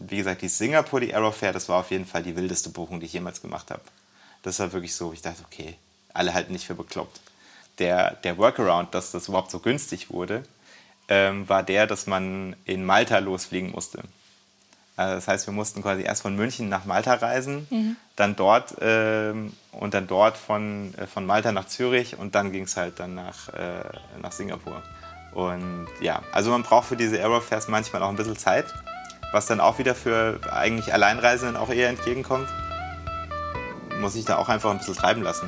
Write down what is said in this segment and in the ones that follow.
wie gesagt, die Singapore, die Aerofair, das war auf jeden Fall die wildeste Buchung, die ich jemals gemacht habe. Das war wirklich so, ich dachte, okay, alle halten nicht für bekloppt. Der Workaround, dass das überhaupt so günstig wurde, war der, dass man in Malta losfliegen musste. Also das heißt, wir mussten quasi erst von München nach Malta reisen, dann dort und dann dort von Malta nach Zürich und dann ging es halt dann nach Singapur. Und ja, also man braucht für diese Aerofairs manchmal auch ein bisschen Zeit, was dann auch wieder für eigentlich Alleinreisenden auch eher entgegenkommt. Muss ich da auch einfach ein bisschen treiben lassen.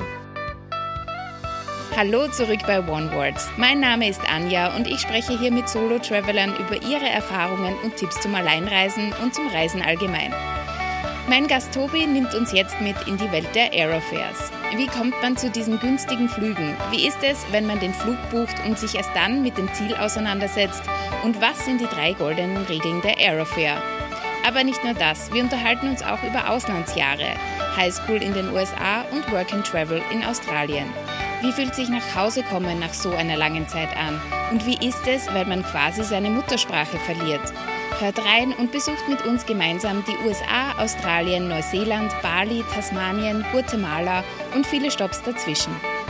Hallo zurück bei OneWords. Mein Name ist Anja und ich spreche hier mit Solo-Travelern über ihre Erfahrungen und Tipps zum Alleinreisen und zum Reisen allgemein. Mein Gast Tobi nimmt uns jetzt mit in die Welt der Aerofairs. Wie kommt man zu diesen günstigen Flügen? Wie ist es, wenn man den Flug bucht und sich erst dann mit dem Ziel auseinandersetzt? Und was sind die 3 goldenen Regeln der Aerofair? Aber nicht nur das, wir unterhalten uns auch über Auslandsjahre, Highschool in den USA und Work and Travel in Australien. Wie fühlt sich nach Hause kommen nach so einer langen Zeit an? Und wie ist es, weil man quasi seine Muttersprache verliert? Hört rein und besucht mit uns gemeinsam die USA, Australien, Neuseeland, Bali, Tasmanien, Guatemala und viele Stopps dazwischen.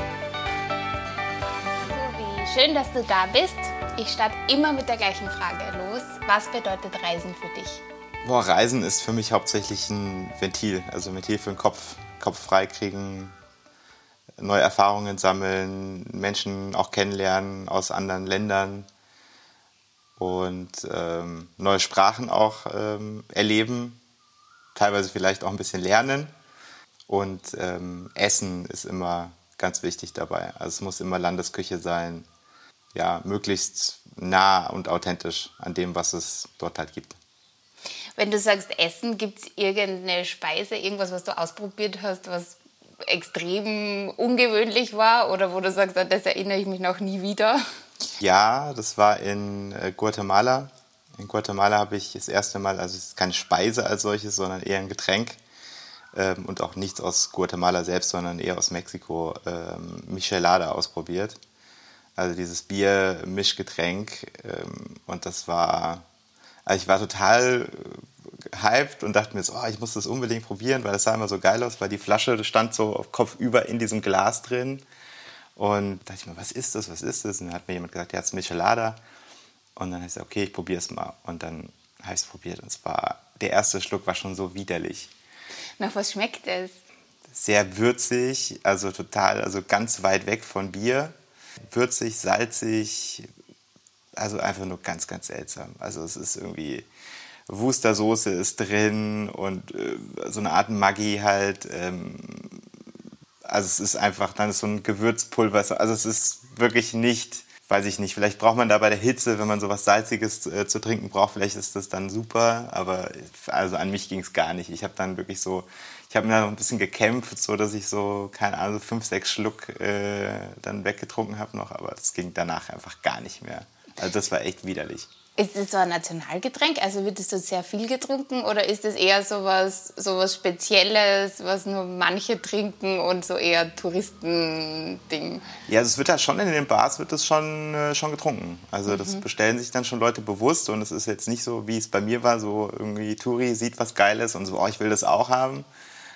Tobi, schön, dass du da bist. Ich starte immer mit der gleichen Frage los. Was bedeutet Reisen für dich? Boah, Reisen ist für mich hauptsächlich ein Ventil. Also ein Ventil für den Kopf frei kriegen, neue Erfahrungen sammeln, Menschen auch kennenlernen aus anderen Ländern und neue Sprachen auch erleben, teilweise vielleicht auch ein bisschen lernen. Und Essen ist immer ganz wichtig dabei. Also es muss immer Landesküche sein, ja, möglichst nah und authentisch an dem, was es dort halt gibt. Wenn du sagst Essen, gibt es irgendeine Speise, irgendwas, was du ausprobiert hast, was extrem ungewöhnlich war oder wo du sagst, an das erinnere ich mich noch nie wieder? Ja, das war in Guatemala. In Guatemala habe ich das erste Mal, also es ist keine Speise als solches, sondern eher ein Getränk und auch nichts aus Guatemala selbst, sondern eher aus Mexiko, Michelada ausprobiert. Also dieses Bier-Mischgetränk und das war, also ich war total hyped und dachte mir so, oh, ich muss das unbedingt probieren, weil das sah immer so geil aus, weil die Flasche stand so kopfüber in diesem Glas drin. Und da dachte ich mir, was ist das? Und dann hat mir jemand gesagt, ja, das ist Michelada. Und dann habe ich gesagt, okay, ich probiere es mal. Und dann habe ich es probiert und der erste Schluck war schon so widerlich. Nach was schmeckt es? Sehr würzig, also ganz weit weg von Bier. Würzig, salzig, also einfach nur ganz, ganz seltsam. Also es ist irgendwie, Wustersoße ist drin und so eine Art Maggi halt. Also es ist einfach, dann ist so ein Gewürzpulver. Also es ist wirklich nicht, weiß ich nicht, vielleicht braucht man da bei der Hitze, wenn man sowas Salziges zu trinken braucht, vielleicht ist das dann super. Aber also an mich ging es gar nicht. Ich habe dann wirklich so, ich habe mir da noch ein bisschen gekämpft, so dass ich so, keine Ahnung, 5, 6 Schluck dann weggetrunken habe noch. Aber das ging danach einfach gar nicht mehr. Also das war echt widerlich. Ist es so ein Nationalgetränk? Also wird es so sehr viel getrunken oder ist es eher sowas Spezielles, was nur manche trinken und so eher Touristending? Ja, also es wird da schon in den Bars wird das schon getrunken. Also das bestellen sich dann schon Leute bewusst und es ist jetzt nicht so, wie es bei mir war, so irgendwie Touri sieht was Geiles und so, oh, ich will das auch haben.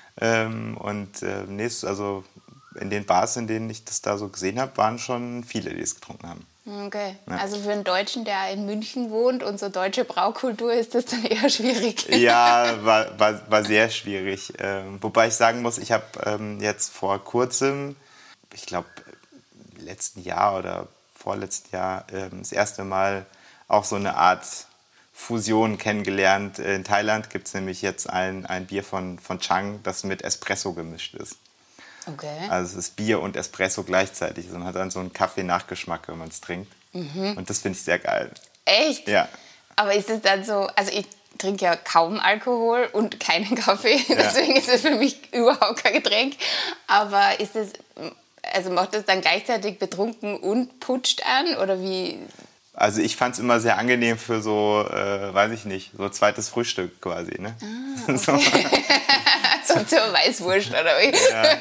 Also in den Bars, in denen ich das da so gesehen habe, waren schon viele, die es getrunken haben. Okay, ja. Also für einen Deutschen, der in München wohnt und so deutsche Braukultur, ist das dann eher schwierig. Ja, war sehr schwierig. Wobei ich sagen muss, ich habe jetzt vor kurzem, ich glaube letzten Jahr oder vorletzten Jahr, das erste Mal auch so eine Art Fusion kennengelernt. In Thailand gibt es nämlich jetzt ein Bier von Chang, das mit Espresso gemischt ist. Okay. Also es ist Bier und Espresso gleichzeitig und hat dann so einen Kaffee-Nachgeschmack, wenn man es trinkt. Und das finde ich sehr geil. Echt? Ja. Aber ist es dann so, also ich trinke ja kaum Alkohol und keinen Kaffee, deswegen ist es für mich überhaupt kein Getränk. Aber ist es, also macht es dann gleichzeitig betrunken und putscht an oder wie? Also ich fand es immer sehr angenehm für so, weiß ich nicht, so zweites Frühstück quasi, ne? Okay. So zur Weißwurst oder wie? Ja.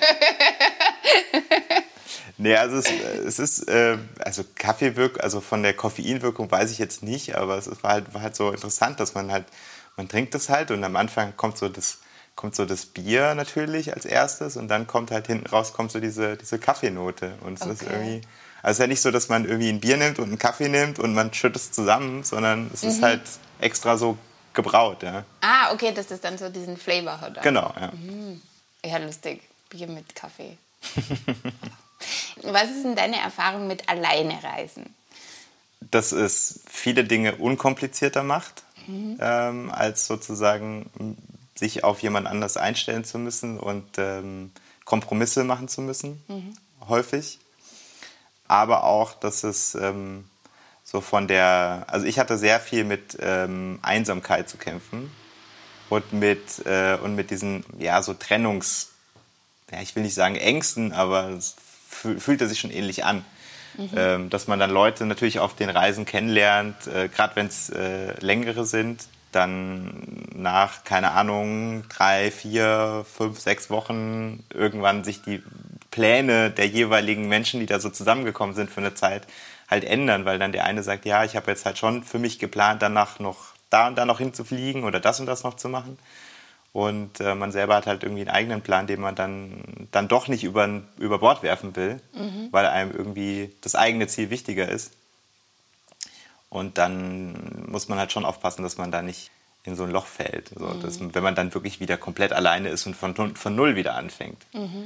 Nee, also es ist, also Kaffeewirkung, also von der Koffeinwirkung weiß ich jetzt nicht, aber es war halt so interessant, dass man man trinkt das halt und am Anfang kommt so das Bier natürlich als erstes und dann kommt halt hinten raus so diese Kaffeenote. Und es ist irgendwie, also es ist ja nicht so, dass man irgendwie ein Bier nimmt und einen Kaffee nimmt und man schüttet es zusammen, sondern es ist halt extra so gebraut. Ja. Ah, okay, dass das dann so diesen Flavor hat. Genau, ja. Ja, lustig. Bier mit Kaffee. Was ist denn deine Erfahrung mit Alleinereisen? Dass es viele Dinge unkomplizierter macht, als sozusagen sich auf jemand anders einstellen zu müssen und Kompromisse machen zu müssen, häufig. Aber auch, dass es so also ich hatte sehr viel mit Einsamkeit zu kämpfen und mit diesen, ja, so ich will nicht sagen Ängsten, aber es fühlte sich schon ähnlich an. Dass man dann Leute natürlich auf den Reisen kennenlernt, gerade wenn es längere sind, dann nach, keine Ahnung, 3, 4, 5, 6 Wochen irgendwann sich die Pläne der jeweiligen Menschen, die da so zusammengekommen sind für eine Zeit, halt ändern, weil dann der eine sagt, ja, ich habe jetzt halt schon für mich geplant, danach noch da und da noch hinzufliegen oder das und das noch zu machen. Und man selber hat halt irgendwie einen eigenen Plan, den man dann doch nicht über Bord werfen will, weil einem irgendwie das eigene Ziel wichtiger ist. Und dann muss man halt schon aufpassen, dass man da nicht in so ein Loch fällt. So, wenn man dann wirklich wieder komplett alleine ist und von Null wieder anfängt.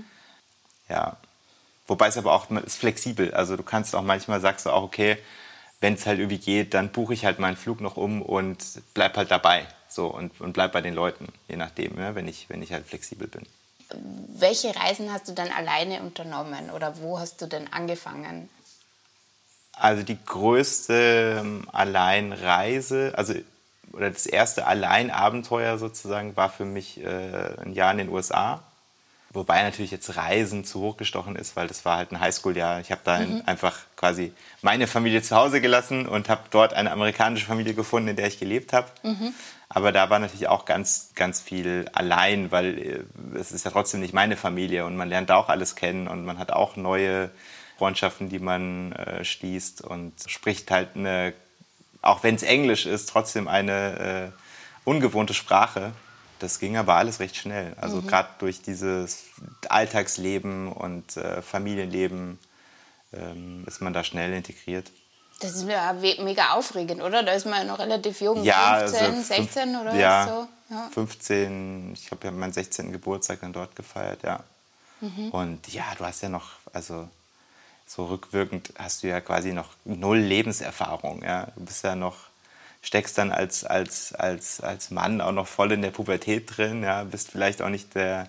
Ja. Wobei es aber auch ist flexibel. Also du kannst auch manchmal, sagst du auch, okay, wenn es halt irgendwie geht, dann buche ich halt meinen Flug noch um und bleib halt dabei. So, und bleib bei den Leuten, je nachdem, ja, wenn ich halt flexibel bin. Welche Reisen hast du dann alleine unternommen oder wo hast du denn angefangen? Also die größte Alleinreise, oder das erste Alleinabenteuer sozusagen, war für mich ein Jahr in den USA. Wobei natürlich jetzt Reisen zu hoch gestochen ist, weil das war halt ein Highschool-Jahr. Ich habe da einfach quasi meine Familie zu Hause gelassen und habe dort eine amerikanische Familie gefunden, in der ich gelebt habe. Aber da war natürlich auch ganz, ganz viel allein, weil es ist ja trotzdem nicht meine Familie und man lernt da auch alles kennen und man hat auch neue Freundschaften, die man schließt und spricht halt auch wenn es Englisch ist, trotzdem eine ungewohnte Sprache. Das ging aber alles recht schnell. Also gerade durch dieses Alltagsleben und Familienleben ist man da schnell integriert. Das ist ja mega aufregend, oder? Da ist man ja noch relativ jung, ja, 15, also 16 oder ja, so. Ja, 15, ich habe ja meinen 16. Geburtstag dann dort gefeiert, ja. Und ja, du hast ja noch, also so rückwirkend hast du ja quasi noch 0 Lebenserfahrung, ja. Du bist ja noch, steckst dann als Mann auch noch voll in der Pubertät drin, ja, bist vielleicht auch nicht der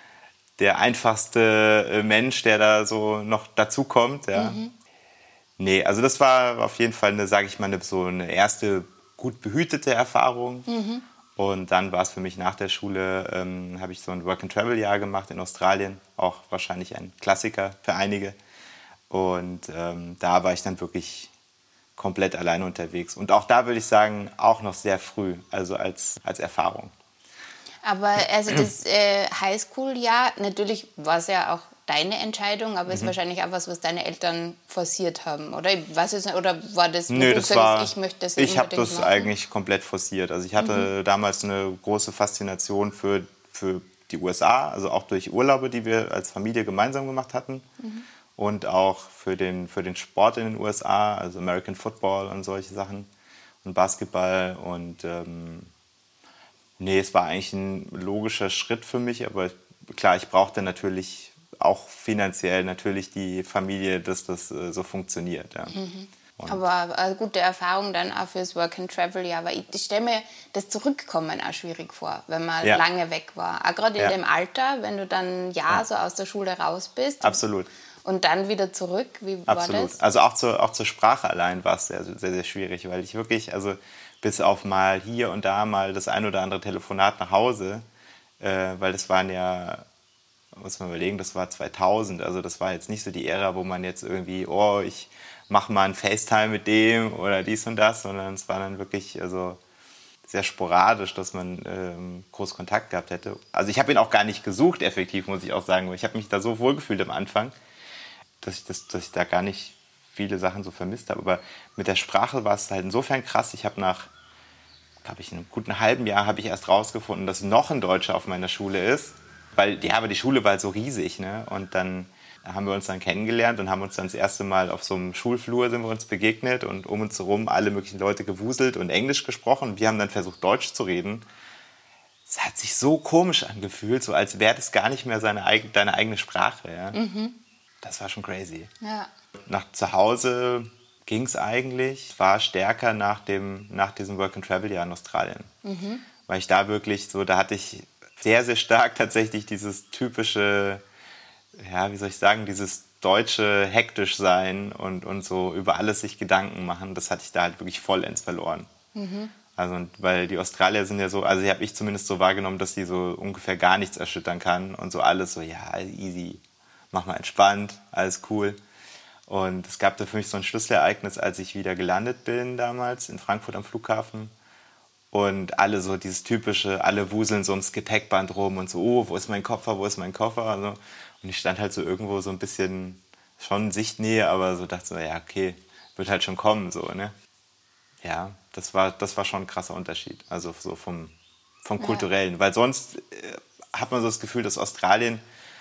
einfachste Mensch, der da so noch dazukommt, ja. Nee, also das war auf jeden Fall so eine erste gut behütete Erfahrung. Und dann war es für mich nach der Schule, habe ich so ein Work-and-Travel-Jahr gemacht in Australien, auch wahrscheinlich ein Klassiker für einige. Und da war ich dann wirklich komplett alleine unterwegs. Und auch da würde ich sagen, auch noch sehr früh, also als Erfahrung. aber also das Highschool-Jahr, natürlich war es ja auch deine Entscheidung, aber ist wahrscheinlich auch was deine Eltern forciert haben, oder? Oder war das, wo Nö, du sagst, ich möchte das ich habe unbedingt das machen? eigentlich komplett forciert. Also ich hatte damals eine große Faszination für die USA, also auch durch Urlaube, die wir als Familie gemeinsam gemacht hatten. Und auch für den Sport in den USA, also American Football und solche Sachen und Basketball. Und nee, es war eigentlich ein logischer Schritt für mich, aber klar, ich brauchte natürlich auch finanziell natürlich die Familie, dass das so funktioniert. Ja. Aber eine gute Erfahrung dann auch fürs Work-and-Travel, ja, weil ich stelle mir das Zurückkommen auch schwierig vor, wenn man lange weg war. Auch gerade in dem Alter, wenn du dann ein Jahr so aus der Schule raus bist. Absolut. Und dann wieder zurück, wie war das? Also auch zur Sprache allein war es sehr, sehr, sehr schwierig, weil ich wirklich, also bis auf mal hier und da mal das ein oder andere Telefonat nach Hause, weil das waren ja, muss man überlegen, das war 2000, also das war jetzt nicht so die Ära, wo man jetzt irgendwie, ich mache mal ein FaceTime mit dem oder dies und das, sondern es war dann wirklich also sehr sporadisch, dass man groß Kontakt gehabt hätte. Also ich habe ihn auch gar nicht gesucht, effektiv, muss ich auch sagen, weil ich habe mich da so wohlgefühlt am Anfang, dass ich da gar nicht viele Sachen so vermisst habe. Aber mit der Sprache war es halt insofern krass. Ich habe nach glaube ich, in einem guten halben Jahr habe ich erst rausgefunden, dass noch ein Deutscher auf meiner Schule ist. Aber die Schule war halt so riesig, ne? Und dann haben wir uns dann kennengelernt und haben uns dann das erste Mal auf so einem Schulflur sind wir uns begegnet und um uns herum alle möglichen Leute gewuselt und Englisch gesprochen. Und wir haben dann versucht, Deutsch zu reden. Es hat sich so komisch angefühlt, so als wäre das gar nicht mehr deine eigene Sprache. Ja? Das war schon crazy. Ja. Nach zu Hause ging es eigentlich, war stärker nach diesem Work-and-Travel-Jahr in Australien. Weil ich da wirklich so, da hatte ich sehr, sehr stark tatsächlich dieses typische, ja, wie soll ich sagen, dieses deutsche hektisch sein und so über alles sich Gedanken machen, das hatte ich da halt wirklich vollends verloren. Also, weil die Australier sind ja so, also habe ich zumindest so wahrgenommen, dass die so ungefähr gar nichts erschüttern kann und so alles so, ja, easy, mach mal entspannt, alles cool. Und es gab da für mich so ein Schlüsselereignis, als ich wieder gelandet bin damals in Frankfurt am Flughafen. Und alle so dieses typische, alle wuseln so ums Gepäckband rum und so, oh, wo ist mein Koffer, wo ist mein Koffer? Also, und ich stand halt so irgendwo so ein bisschen, schon in Sichtnähe, aber so dachte so, ja, okay, wird halt schon kommen, so, ne? Ja, das war schon ein krasser Unterschied, also so vom Kulturellen. Weil sonst hat man so das Gefühl, dass Australien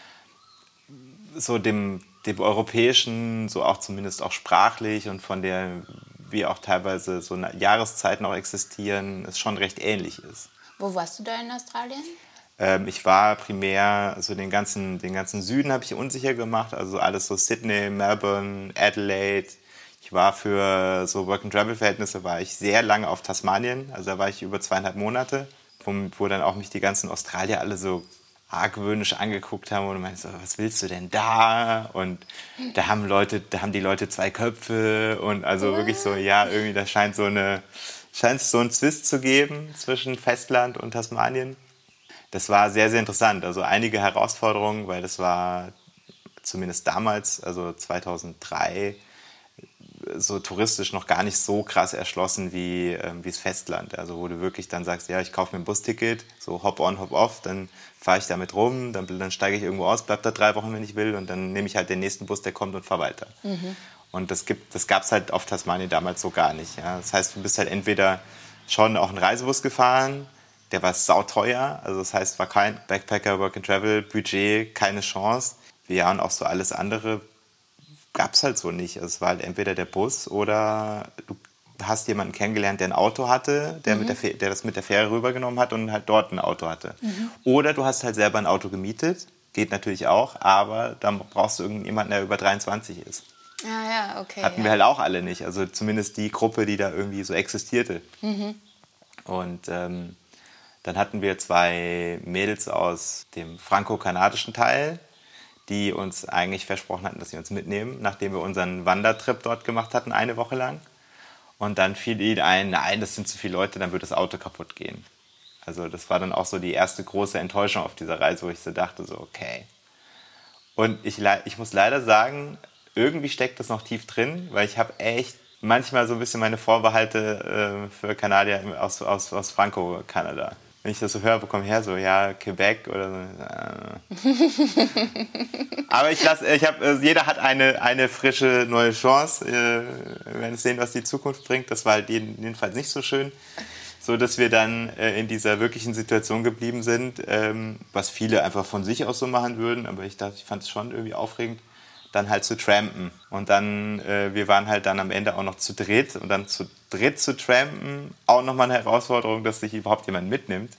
so dem Europäischen, so auch zumindest auch sprachlich und von der, wie auch teilweise so Jahreszeiten auch existieren, es schon recht ähnlich ist. Wo warst du da in Australien? Ich war primär, also den ganzen Süden habe ich unsicher gemacht, also alles so Sydney, Melbourne, Adelaide. Ich war für so Work-and-Travel-Verhältnisse war ich sehr lange auf Tasmanien, also da war ich über 2,5 Monate, wo dann auch mich die ganzen Australier alle so argwöhnisch angeguckt haben und meinst so, was willst du denn da? Und da haben die Leute 2 Köpfe und also wirklich so, ja, irgendwie da scheint es so einen Zwist zu geben zwischen Festland und Tasmanien. Das war sehr, sehr interessant. Also einige Herausforderungen, weil das war zumindest damals, also 2003, so touristisch noch gar nicht so krass erschlossen wie das Festland. Also wo du wirklich dann sagst, ja, ich kaufe mir ein Busticket, so hop on, hop off, dann fahre ich damit rum, dann steige ich irgendwo aus, bleib da 3 Wochen, wenn ich will und dann nehme ich halt den nächsten Bus, der kommt und fahre weiter. Und das gab es halt auf Tasmanien damals so gar nicht. Ja. Das heißt, du bist halt entweder schon auch einen Reisebus gefahren, der war sauteuer, also das heißt, war kein Backpacker, Work-and-Travel-Budget, keine Chance. Ja, und auch so alles andere gab es halt so nicht. Also es war halt entweder der Bus oder du hast jemanden kennengelernt, der ein Auto hatte, der das mit der Fähre rübergenommen hat und halt dort ein Auto hatte. Oder du hast halt selber ein Auto gemietet, geht natürlich auch, aber dann brauchst du irgendjemanden, der über 23 ist. Ja, okay. Hatten wir halt auch alle nicht, also zumindest die Gruppe, die da irgendwie so existierte. Und dann hatten wir 2 Mädels aus dem franco-kanadischen Teil, die uns eigentlich versprochen hatten, dass sie uns mitnehmen, nachdem wir unseren Wandertrip dort gemacht hatten, 1 Woche lang. Und dann fiel ihnen ein, nein, das sind zu viele Leute, dann wird das Auto kaputt gehen. Also das war dann auch so die erste große Enttäuschung auf dieser Reise, wo ich so dachte, so okay. Und ich muss leider sagen, irgendwie steckt das noch tief drin, weil ich habe echt manchmal so ein bisschen meine Vorbehalte für Kanadier aus Franco-Kanada. Wenn ich das so höre, wo kommen her? So, ja, Quebec oder so. Aber jeder hat eine frische neue Chance. Wir werden sehen, was die Zukunft bringt. Das war halt jedenfalls nicht so schön. So, dass wir dann in dieser wirklichen Situation geblieben sind, was viele einfach von sich aus so machen würden. Aber ich fand es schon irgendwie aufregend, dann halt zu trampen. Und dann, wir waren halt dann am Ende auch noch zu dritt. Und dann zu dritt zu trampen, auch nochmal eine Herausforderung, dass sich überhaupt jemand mitnimmt.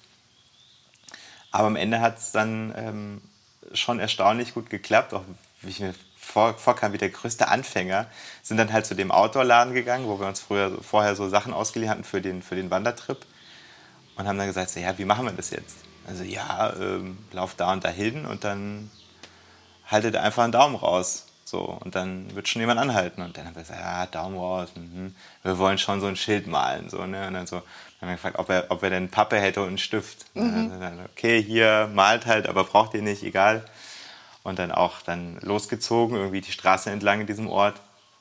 Aber am Ende hat es dann schon erstaunlich gut geklappt. Auch wie ich mir vorkam wie der größte Anfänger, sind dann halt zu dem Outdoor-Laden gegangen, wo wir uns vorher so Sachen ausgeliehen hatten für den Wandertrip. Und haben dann gesagt, so, ja, wie machen wir das jetzt? Also ja, lauf da und da hin und dann haltet einfach einen Daumen raus. So, und dann wird schon jemand anhalten. Und dann haben wir gesagt, ja, Daumen raus. Wir wollen schon so ein Schild malen. So, ne? Und dann haben wir gefragt, ob er denn Pappe hätte und einen Stift. Dann, okay, hier, malt halt, aber braucht ihr nicht, egal. Und dann auch losgezogen, irgendwie die Straße entlang in diesem Ort.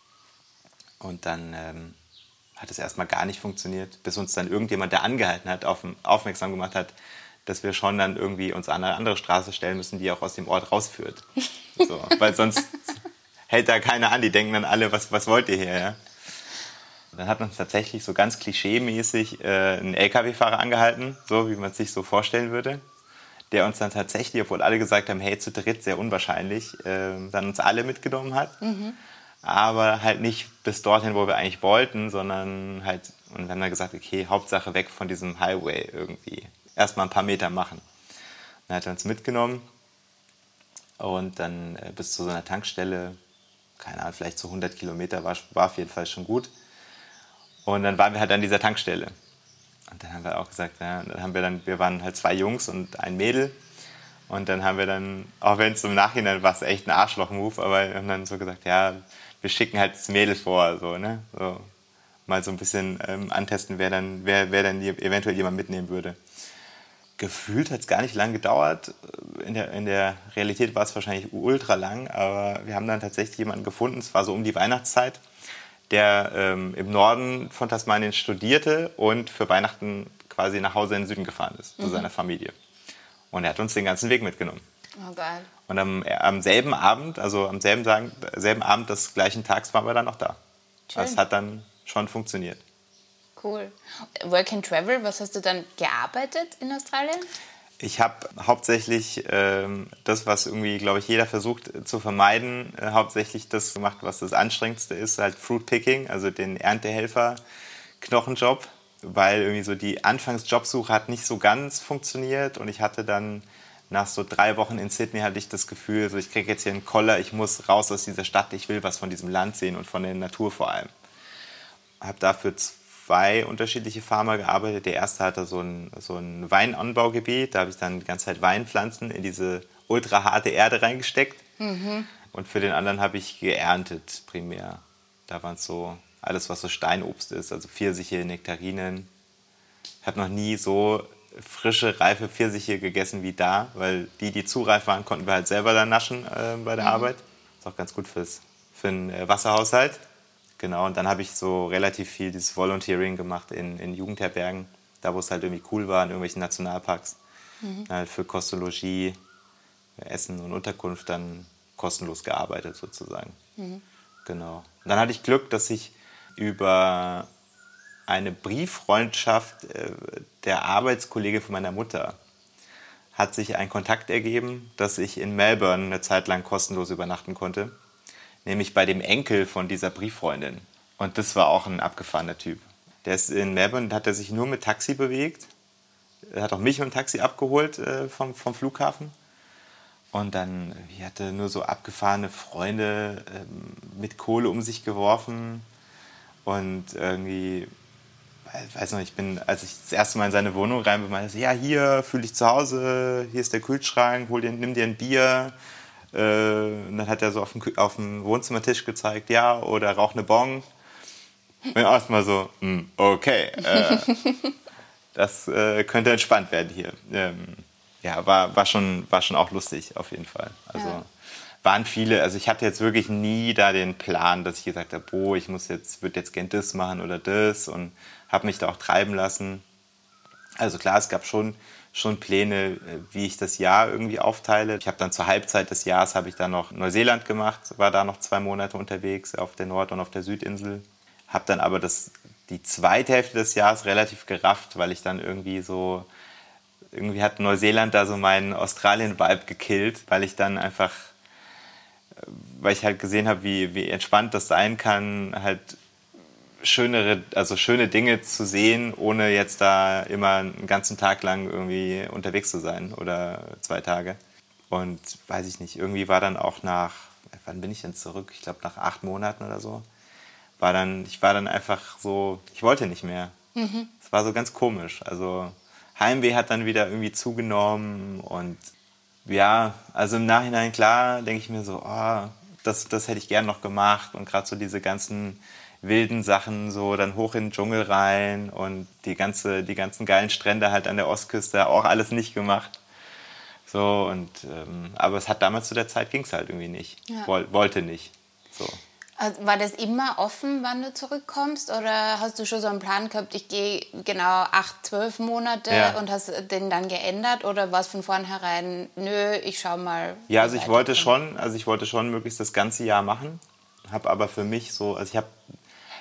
Und dann hat es erstmal gar nicht funktioniert, bis uns dann irgendjemand, der angehalten hat, aufmerksam gemacht hat, dass wir schon dann irgendwie uns an eine andere Straße stellen müssen, die auch aus dem Ort rausführt. So, weil sonst hält da keiner an, die denken dann alle, was wollt ihr hier? Ja? Dann hat uns tatsächlich so ganz klischee-mäßig ein LKW-Fahrer angehalten, so wie man es sich so vorstellen würde, der uns dann tatsächlich, obwohl alle gesagt haben, hey, zu dritt sehr unwahrscheinlich, dann uns alle mitgenommen hat. Aber halt nicht bis dorthin, wo wir eigentlich wollten, sondern halt, und wir haben dann gesagt, okay, Hauptsache weg von diesem Highway irgendwie. Erstmal ein paar Meter machen. Dann hat er uns mitgenommen und dann bis zu so einer Tankstelle, keine Ahnung, vielleicht so 100 Kilometer, war auf jeden Fall schon gut. Und dann waren wir halt an dieser Tankstelle. Und dann haben wir auch gesagt, ja, wir waren halt 2 Jungs und ein Mädel. Und dann haben wir dann, auch wenn es im Nachhinein war, es echt ein Arschloch-Move, aber wir haben dann so gesagt, ja, wir schicken halt das Mädel vor, so, ne? So, mal so ein bisschen antesten, wer dann eventuell jemand mitnehmen würde. Gefühlt hat es gar nicht lang gedauert. In der Realität war es wahrscheinlich ultra lang, aber wir haben dann tatsächlich jemanden gefunden, es war so um die Weihnachtszeit, der im Norden von Tasmanien studierte und für Weihnachten quasi nach Hause in den Süden gefahren ist, zu seiner Familie. Und er hat uns den ganzen Weg mitgenommen. Oh, geil. Und am selben Abend, also am selben Abend des gleichen Tags, waren wir dann noch da. Schön. Das hat dann schon funktioniert. Cool. Work and Travel, was hast du dann gearbeitet in Australien? Ich habe hauptsächlich das, was irgendwie, glaube ich, jeder versucht zu vermeiden, hauptsächlich das gemacht, was das Anstrengendste ist, halt Fruit Picking, also den Erntehelfer-Knochenjob, weil irgendwie so die Anfangsjobsuche hat nicht so ganz funktioniert und ich hatte dann nach so 3 Wochen in Sydney hatte ich das Gefühl, so ich kriege jetzt hier einen Koller, ich muss raus aus dieser Stadt, ich will was von diesem Land sehen und von der Natur vor allem. Habe dafür 2 unterschiedliche Farmer gearbeitet. Der erste hatte so ein Weinanbaugebiet. Da habe ich dann die ganze Zeit Weinpflanzen in diese ultra harte Erde reingesteckt. Und für den anderen habe ich geerntet primär. Da waren es so alles, was so Steinobst ist, also Pfirsiche, Nektarinen. Ich habe noch nie so frische, reife Pfirsiche gegessen wie da, weil die zu reif waren, konnten wir halt selber dann naschen bei der Arbeit. Ist auch ganz gut für einen Wasserhaushalt. Genau, und dann habe ich so relativ viel dieses Volunteering gemacht in Jugendherbergen, da wo es halt irgendwie cool war, in irgendwelchen Nationalparks. Halt für Kost und Logis, Essen und Unterkunft dann kostenlos gearbeitet sozusagen. Genau. Und dann hatte ich Glück, dass ich über eine Brieffreundschaft der Arbeitskollege von meiner Mutter hat sich ein Kontakt ergeben, dass ich in Melbourne eine Zeit lang kostenlos übernachten konnte. Nämlich bei dem Enkel von dieser Brieffreundin. Und das war auch ein abgefahrener Typ. Der ist in Melbourne, hat er sich nur mit Taxi bewegt. Er hat auch mich mit dem Taxi abgeholt vom Flughafen. Und dann hatte nur so abgefahrene Freunde mit Kohle um sich geworfen. Und irgendwie, ich weiß noch, als ich das erste Mal in seine Wohnung rein bin, meinte ich, ja, hier fühle dich zu Hause, hier ist der Kühlschrank, nimm dir ein Bier. Und dann hat er so auf dem Wohnzimmertisch gezeigt, ja, oder rauch eine Bong. Und erstmal so, okay, das könnte entspannt werden hier. Ja, war schon auch lustig, auf jeden Fall. Also waren viele, also ich hatte jetzt wirklich nie da den Plan, dass ich gesagt habe, würde jetzt gern das machen oder das und habe mich da auch treiben lassen. Also klar, es gab schon Pläne, wie ich das Jahr irgendwie aufteile. Ich habe dann zur Halbzeit des Jahres habe ich dann noch Neuseeland gemacht, war da noch 2 Monate unterwegs auf der Nord- und auf der Südinsel. Habe dann aber die zweite Hälfte des Jahres relativ gerafft, weil ich dann irgendwie hat Neuseeland da so meinen Australien-Vibe gekillt, weil ich halt gesehen habe, wie entspannt das sein kann, halt schöne Dinge zu sehen, ohne jetzt da immer einen ganzen Tag lang irgendwie unterwegs zu sein oder 2 Tage. Und weiß ich nicht, irgendwie war dann auch wann bin ich denn zurück? Ich glaube nach 8 Monaten oder so. Ich war dann einfach so, ich wollte nicht mehr. Es war so ganz komisch. Also Heimweh hat dann wieder irgendwie zugenommen und ja, also im Nachhinein klar denke ich mir so, das hätte ich gern noch gemacht und gerade so diese ganzen wilden Sachen, so dann hoch in den Dschungel rein und die ganzen geilen Strände halt an der Ostküste, auch alles nicht gemacht. So und aber es hat damals zu der Zeit ging es halt irgendwie nicht, wollte nicht. So. Also war das immer offen, wann du zurückkommst oder hast du schon so einen Plan gehabt, ich gehe genau 8, 12 Monate und hast den dann geändert oder war es von vornherein, nö, ich schau mal. Ja, also ich wollte schon möglichst das ganze Jahr machen, habe aber für mich so, also ich habe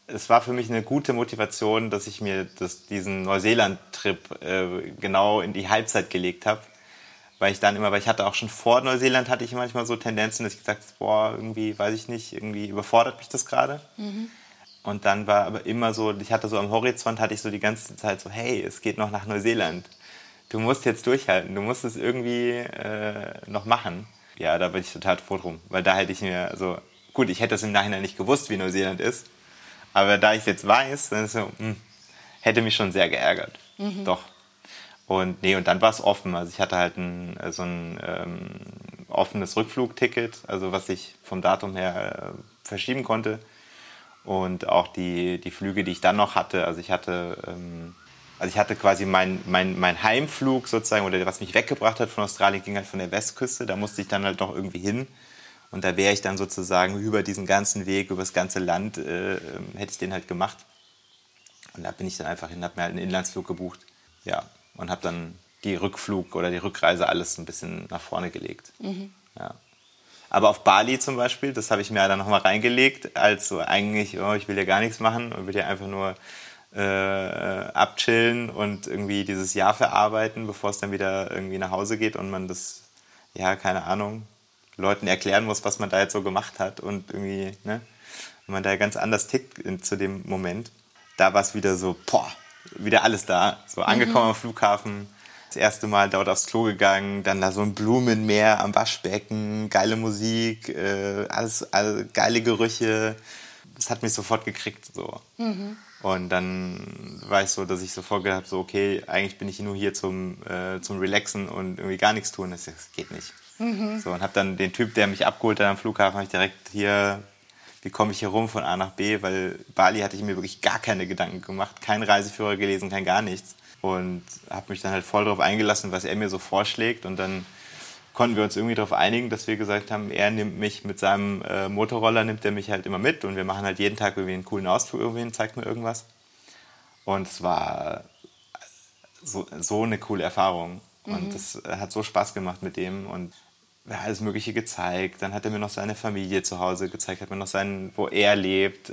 es war für mich eine gute Motivation, dass ich mir diesen Neuseeland-Trip genau in die Halbzeit gelegt habe. Weil ich hatte auch schon vor Neuseeland, hatte ich manchmal so Tendenzen, dass ich gesagt habe, boah, irgendwie, weiß ich nicht, irgendwie überfordert mich das gerade. Und dann war aber immer so, ich hatte so am Horizont, hatte ich so die ganze Zeit so, hey, es geht noch nach Neuseeland. Du musst jetzt durchhalten, du musst es irgendwie noch machen. Ja, da bin ich total froh drum, weil da hätte ich mir so, gut, ich hätte es im Nachhinein nicht gewusst, wie Neuseeland ist, aber da ich es jetzt weiß, dann ist so, hätte mich schon sehr geärgert. Doch. Und dann war es offen. Also ich hatte halt so ein offenes Rückflugticket, also was ich vom Datum her verschieben konnte. Und auch die Flüge, die ich dann noch hatte, ich hatte quasi mein Heimflug sozusagen, oder was mich weggebracht hat von Australien, ging halt von der Westküste. Da musste ich dann halt noch irgendwie hin. Und da wäre ich dann sozusagen über diesen ganzen Weg, über das ganze Land, hätte ich den halt gemacht. Und da bin ich dann einfach hin, habe mir halt einen Inlandsflug gebucht. Ja, und habe dann die Rückreise alles ein bisschen nach vorne gelegt. Ja. Aber auf Bali zum Beispiel, das habe ich mir dann nochmal reingelegt, als so eigentlich, ich will ja gar nichts machen und will ja einfach nur abchillen und irgendwie dieses Jahr verarbeiten, bevor es dann wieder irgendwie nach Hause geht und man das, ja, keine Ahnung, Leuten erklären muss, was man da jetzt so gemacht hat und irgendwie, ne, wenn man da ganz anders tickt zu dem Moment. Da war es wieder so, wieder alles da. So angekommen am Flughafen, das erste Mal dort aufs Klo gegangen, dann da so ein Blumenmeer am Waschbecken, geile Musik, alles geile Gerüche. Das hat mich sofort gekriegt. So. Und dann war ich so, dass ich sofort gedacht habe, so, okay, eigentlich bin ich nur hier zum Relaxen und irgendwie gar nichts tun. Das geht nicht. So, und habe dann den Typ, der mich abgeholt hat am Flughafen, habe ich direkt hier, wie komme ich hier rum von A nach B, weil Bali hatte ich mir wirklich gar keine Gedanken gemacht, keinen Reiseführer gelesen, kein gar nichts. Und habe mich dann halt voll darauf eingelassen, was er mir so vorschlägt. Und dann konnten wir uns irgendwie darauf einigen, dass wir gesagt haben, er nimmt mich mit seinem Motorroller, nimmt er mich halt immer mit. Und wir machen halt jeden Tag irgendwie einen coolen Ausflug, irgendwie zeigt mir irgendwas. Und es war so eine coole Erfahrung. Und es hat so Spaß gemacht mit dem. Und alles Mögliche gezeigt. Dann hat er mir noch seine Familie zu Hause gezeigt, hat mir noch wo er lebt,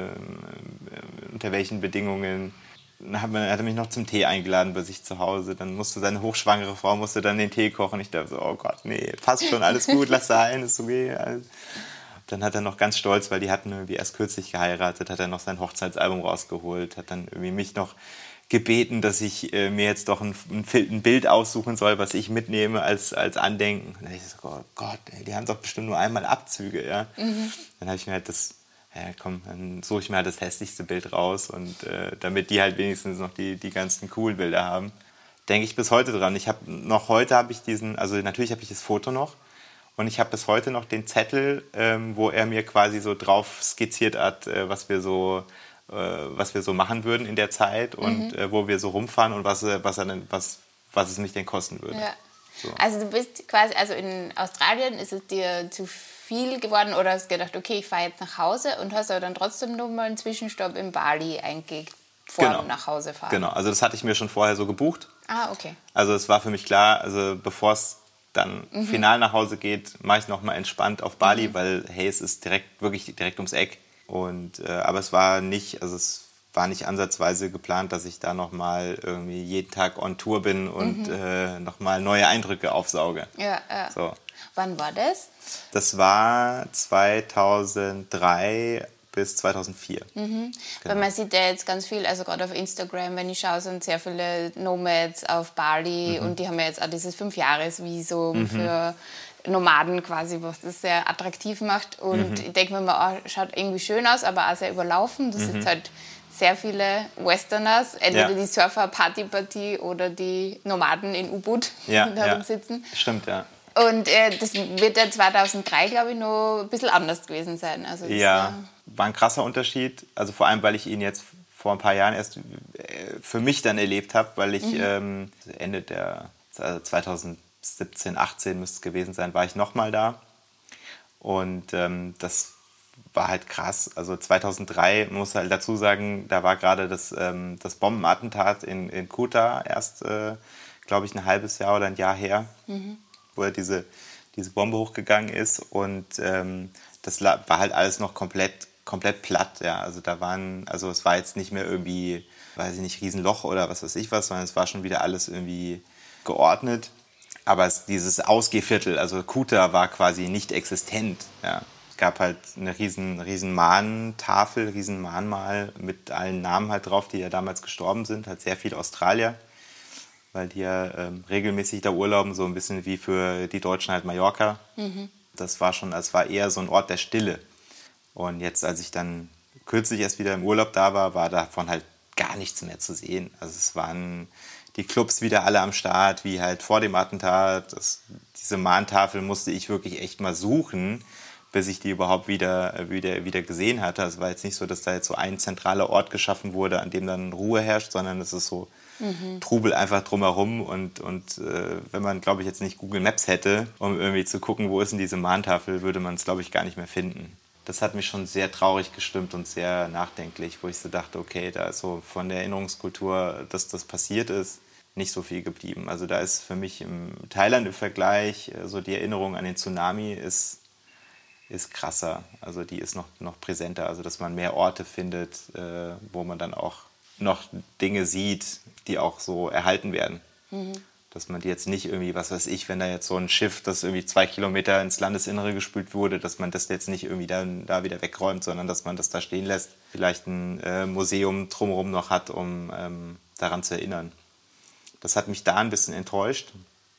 unter welchen Bedingungen. Dann hat er mich noch zum Tee eingeladen bei sich zu Hause. Dann musste seine hochschwangere Frau dann den Tee kochen. Ich dachte so, oh Gott, nee, passt schon, alles gut, lass sein, ist okay. Dann hat er noch ganz stolz, weil die hatten irgendwie erst kürzlich geheiratet, hat er noch sein Hochzeitsalbum rausgeholt, hat dann irgendwie mich noch gebeten, dass ich mir jetzt doch ein Bild aussuchen soll, was ich mitnehme als Andenken. Und dann dachte ich so, oh Gott, die haben doch bestimmt nur einmal Abzüge. Ja? Dann habe ich mir halt dann suche ich mir halt das hässlichste Bild raus und damit die halt wenigstens noch die ganzen coolen Bilder haben, denke ich bis heute dran. Natürlich habe ich das Foto noch und ich habe bis heute noch den Zettel, wo er mir quasi so drauf skizziert hat, was wir so machen würden in der Zeit und wo wir so rumfahren und was es mich denn kosten würde. Ja. So. Also du bist quasi, in Australien ist es dir zu viel geworden oder hast gedacht, okay, ich fahre jetzt nach Hause und hast aber dann trotzdem noch mal einen Zwischenstopp in Bali eingelegt vor dem nach Hause fahren. Genau, also das hatte ich mir schon vorher so gebucht. Ah, okay. Also es war für mich klar, also bevor es dann final nach Hause geht, mache ich noch mal entspannt auf Bali, weil es ist wirklich direkt ums Eck. Aber es war nicht ansatzweise geplant, dass ich da nochmal irgendwie jeden Tag on Tour bin und nochmal neue Eindrücke aufsauge. Ja. So. Wann war das? Das war 2003 bis 2004. Genau. Weil man sieht ja jetzt ganz viel, also gerade auf Instagram, wenn ich schaue, sind sehr viele Nomads auf Bali und die haben ja jetzt auch dieses 5-Jahres-Visum für Nomaden quasi, was das sehr attraktiv macht. Und ich denke mir mal, schaut irgendwie schön aus, aber auch sehr überlaufen. Das sind halt sehr viele Westerners, entweder die Surfer-Party-Partie oder die Nomaden in U-Boot, die da rumsitzen. Stimmt, ja. Und das wird ja 2003, glaube ich, noch ein bisschen anders gewesen sein. Also war ein krasser Unterschied. Also vor allem, weil ich ihn jetzt vor ein paar Jahren erst für mich dann erlebt habe, weil ich Ende der 2017, 18 müsste es gewesen sein, war ich nochmal da. Und das war halt krass. Also 2003, man muss halt dazu sagen, da war gerade das Bombenattentat in Kuta erst, glaube ich, ein halbes Jahr oder ein Jahr her, wo diese Bombe hochgegangen ist. Und das war halt alles noch komplett komplett platt, ja. Also es war jetzt nicht mehr irgendwie, weiß ich nicht, Riesenloch oder was weiß ich was, sondern es war schon wieder alles irgendwie geordnet. Aber dieses Ausgehviertel, also Kuta, war quasi nicht existent, ja. Es gab halt eine riesen Mahntafel, riesen Mahnmal mit allen Namen halt drauf, die ja damals gestorben sind, halt sehr viel Australier, weil die ja regelmäßig da urlauben, so ein bisschen wie für die Deutschen halt Mallorca. Das war eher so ein Ort der Stille. Und jetzt, als ich dann kürzlich erst wieder im Urlaub da war davon halt gar nichts mehr zu sehen. Also es waren die Clubs wieder alle am Start, wie halt vor dem Attentat. Diese Mahntafel musste ich wirklich echt mal suchen, bis ich die überhaupt wieder gesehen hatte. Es war jetzt nicht so, dass da jetzt so ein zentraler Ort geschaffen wurde, an dem dann Ruhe herrscht, sondern es ist so Trubel einfach drumherum. Und wenn man, glaube ich, jetzt nicht Google Maps hätte, um irgendwie zu gucken, wo ist denn diese Mahntafel, würde man es, glaube ich, gar nicht mehr finden. Das hat mich schon sehr traurig gestimmt und sehr nachdenklich, wo ich so dachte, okay, da ist so von der Erinnerungskultur, dass das passiert ist, nicht so viel geblieben. Also da ist für mich im Thailand im Vergleich, so die Erinnerung an den Tsunami ist krasser. Also die ist noch präsenter. Also dass man mehr Orte findet, wo man dann auch noch Dinge sieht, die auch so erhalten werden. Dass man die jetzt nicht irgendwie, was weiß ich, wenn da jetzt so ein Schiff, das irgendwie 2 Kilometer ins Landesinnere gespült wurde, dass man das jetzt nicht irgendwie da wieder wegräumt, sondern dass man das da stehen lässt. Vielleicht ein Museum drumherum noch hat, um daran zu erinnern. Das hat mich da ein bisschen enttäuscht.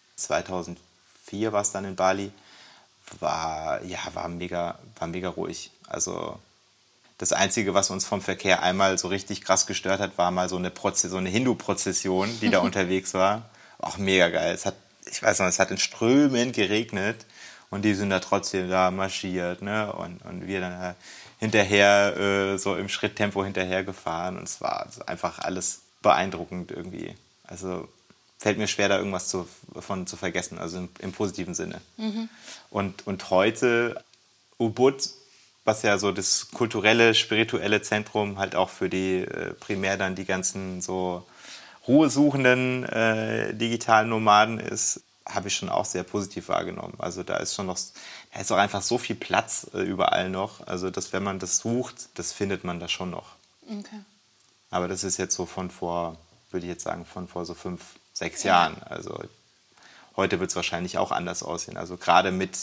2004 war es dann in Bali. War mega ruhig. Also das Einzige, was uns vom Verkehr einmal so richtig krass gestört hat, war mal so eine Hindu-Prozession, die da unterwegs war. Auch mega geil. Es hat in Strömen geregnet und die sind da trotzdem da marschiert, ne? Und wir dann hinterher so im Schritttempo hinterher gefahren und es war einfach alles beeindruckend irgendwie. Also fällt mir schwer, da irgendwas davon zu vergessen, also im positiven Sinne. Und heute Ubud, was ja so das kulturelle, spirituelle Zentrum halt auch für die primär dann die ganzen so ruhesuchenden digitalen Nomaden ist, habe ich schon auch sehr positiv wahrgenommen. Also da ist auch einfach so viel Platz überall noch. Also dass, wenn man das sucht, das findet man da schon noch. Okay. Aber das ist jetzt so von vor so 5, 6 Jahren. Also heute wird es wahrscheinlich auch anders aussehen. Also gerade mit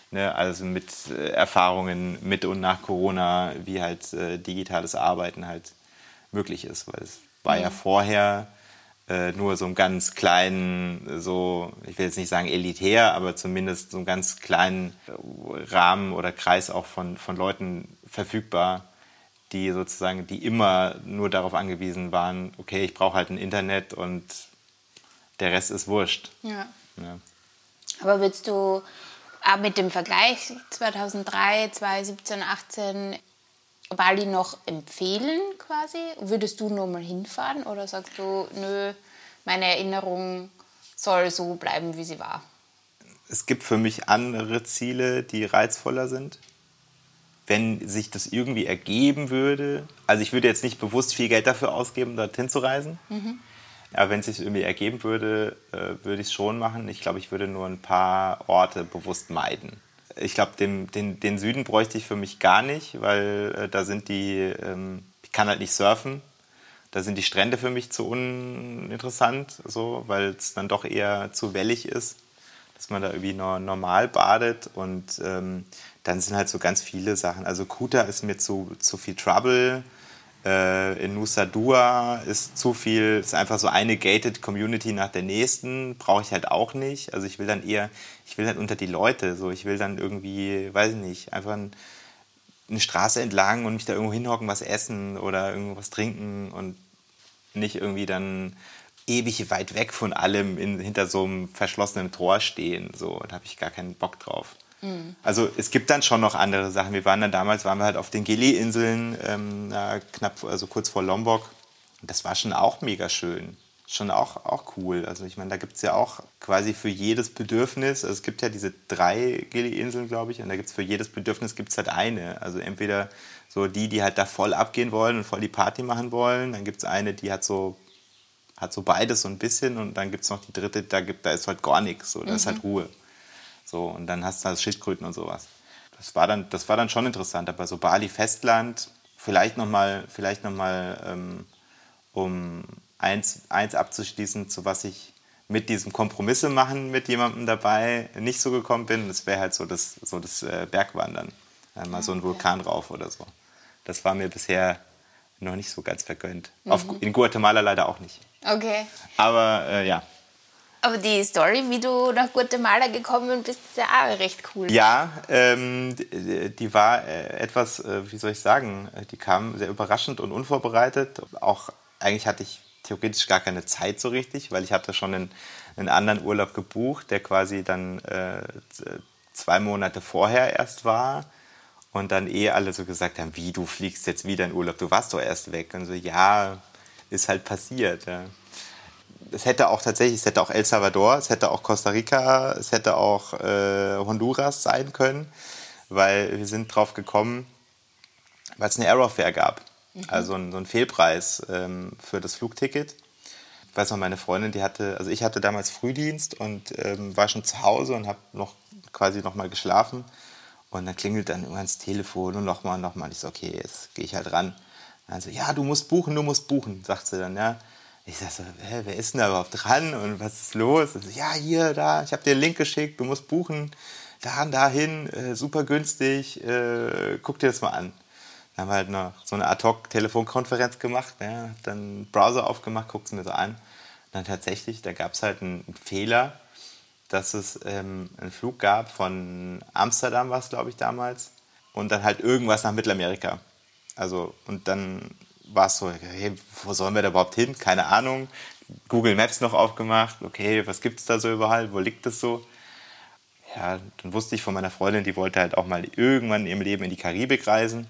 Erfahrungen mit und nach Corona, wie halt digitales Arbeiten halt möglich ist. Weil es war ja vorher nur so einen ganz kleinen, so, ich will jetzt nicht sagen elitär, aber zumindest so einen ganz kleinen Rahmen oder Kreis auch von Leuten verfügbar, die immer nur darauf angewiesen waren, okay, ich brauche halt ein Internet und der Rest ist wurscht. Ja. Aber würdest du mit dem Vergleich 2003, 2017, 2018 Bali noch empfehlen quasi? Würdest du nochmal hinfahren oder sagst du, nö, meine Erinnerung soll so bleiben, wie sie war? Es gibt für mich andere Ziele, die reizvoller sind. Wenn sich das irgendwie ergeben würde, also ich würde jetzt nicht bewusst viel Geld dafür ausgeben, dorthin zu reisen, aber wenn es sich irgendwie ergeben würde, würde ich es schon machen. Ich glaube, ich würde nur ein paar Orte bewusst meiden. Ich glaube, den Süden bräuchte ich für mich gar nicht, weil da sind ich kann halt nicht surfen. Da sind die Strände für mich zu uninteressant, so, weil es dann doch eher zu wellig ist, dass man da irgendwie normal badet. Und dann sind halt so ganz viele Sachen. Also Kuta ist mir zu viel Trouble. In Nusa Dua ist zu viel, ist einfach so eine gated Community nach der nächsten, brauche ich halt auch nicht. Also ich will halt unter die Leute, so, ich will dann irgendwie, weiß ich nicht, einfach eine Straße entlang und mich da irgendwo hinhocken, was essen oder irgendwas trinken und nicht irgendwie dann ewig weit weg von allem hinter so einem verschlossenen Tor stehen. So, da habe ich gar keinen Bock drauf. Also es gibt dann schon noch andere Sachen. Damals waren wir halt auf den Gili-Inseln, kurz vor Lombok. Und das war schon auch mega schön. Schon auch cool. Also ich meine, da gibt es ja auch quasi für jedes Bedürfnis, also es gibt ja diese 3 Gili-Inseln, glaube ich, und da gibt es für jedes Bedürfnis gibt's halt eine. Also entweder so die halt da voll abgehen wollen und voll die Party machen wollen, dann gibt es eine, die hat so beides so ein bisschen, und dann gibt es noch die dritte, da ist halt gar nichts, so, da ist halt Ruhe. So, und dann hast du halt Schildkröten und sowas. das war dann schon interessant, aber so Bali Festland, vielleicht noch mal um eins abzuschließen, zu was ich mit diesem Kompromisse machen mit jemandem dabei nicht so gekommen bin, das wäre halt so das Bergwandern, mal so einen Vulkan rauf oder so. Das war mir bisher noch nicht so ganz vergönnt. In Guatemala leider auch nicht. Okay. Aber ja. Aber die Story, wie du nach Guatemala gekommen bist, ist ja auch recht cool. Ja, die war etwas, wie soll ich sagen, die kam sehr überraschend und unvorbereitet. Auch eigentlich hatte ich theoretisch gar keine Zeit so richtig, weil ich hatte schon einen anderen Urlaub gebucht, der quasi dann 2 Monate vorher erst war. Und dann alle so gesagt haben, wie, du fliegst jetzt wieder in Urlaub, du warst doch erst weg. Und so, ja, ist halt passiert, ja. Es hätte auch El Salvador, es hätte auch Costa Rica, es hätte auch Honduras sein können, weil wir sind drauf gekommen, weil es eine Aerofare gab, also so einen Fehlpreis für das Flugticket. Ich weiß noch, meine Freundin, ich hatte damals Frühdienst und war schon zu Hause und habe quasi noch mal geschlafen und dann klingelt dann irgendwann das Telefon und nochmal. Ich so, okay, jetzt gehe ich halt ran. Dann so, ja, du musst buchen, sagt sie dann, ja. Ich sag so, wer ist denn da überhaupt dran und was ist los? Und so, ja, hier, da, ich habe dir einen Link geschickt, du musst buchen, dahin, super günstig, guck dir das mal an. Dann haben wir halt noch so eine Ad-Hoc-Telefonkonferenz gemacht, ja, hab dann einen Browser aufgemacht, guckt es mir so an. Und dann tatsächlich, da gab es halt einen Fehler, dass es einen Flug gab von Amsterdam, war es glaube ich damals, und dann halt irgendwas nach Mittelamerika. Also, und dann war es so, hey, wo sollen wir da überhaupt hin? Keine Ahnung. Google Maps noch aufgemacht. Okay, was gibt es da so überall? Wo liegt das so? Ja, dann wusste ich von meiner Freundin, die wollte halt auch mal irgendwann in ihrem Leben in die Karibik reisen.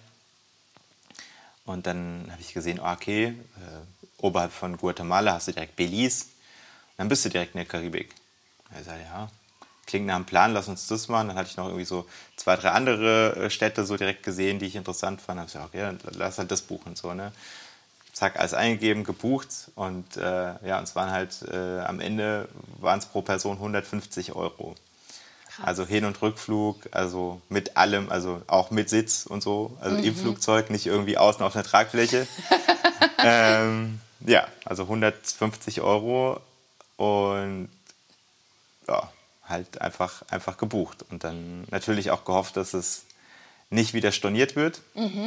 Und dann habe ich gesehen, okay, oberhalb von Guatemala hast du direkt Belize. Dann bist du direkt in der Karibik. Ich sage, ja, klingt nach einem Plan, lass uns das machen. Dann hatte ich noch irgendwie so 2, 3 andere Städte so direkt gesehen, die ich interessant fand. Dann habe ich gesagt, okay, dann lass halt das buchen. So, ne? Zack, alles eingegeben, gebucht. Und ja, und es waren halt am Ende waren es pro Person 150 €. Krass. Also Hin- und Rückflug, also mit allem, also auch mit Sitz und so. Also im Flugzeug, nicht irgendwie außen auf einer Tragfläche. Ja, also 150 € und ja, halt einfach gebucht und dann natürlich auch gehofft, dass es nicht wieder storniert wird,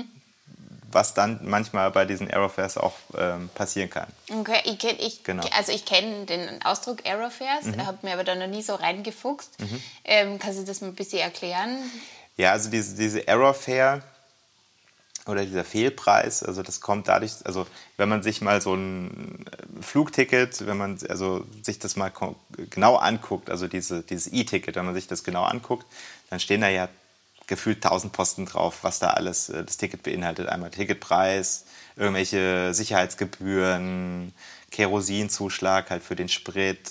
was dann manchmal bei diesen Aerofares auch passieren kann. Okay, ich kenne den Ausdruck Aerofares, habe mir aber da noch nie so reingefuchst. Kannst du das mal ein bisschen erklären? Ja, also diese Aerofare oder dieser Fehlpreis, also das kommt dadurch, also wenn man sich mal so ein Flugticket, wenn man also sich das mal genau anguckt, also dieses E-Ticket, wenn man sich das genau anguckt, dann stehen da ja gefühlt 1000 Posten drauf, was da alles das Ticket beinhaltet. Einmal Ticketpreis, irgendwelche Sicherheitsgebühren, Kerosinzuschlag halt für den Sprit,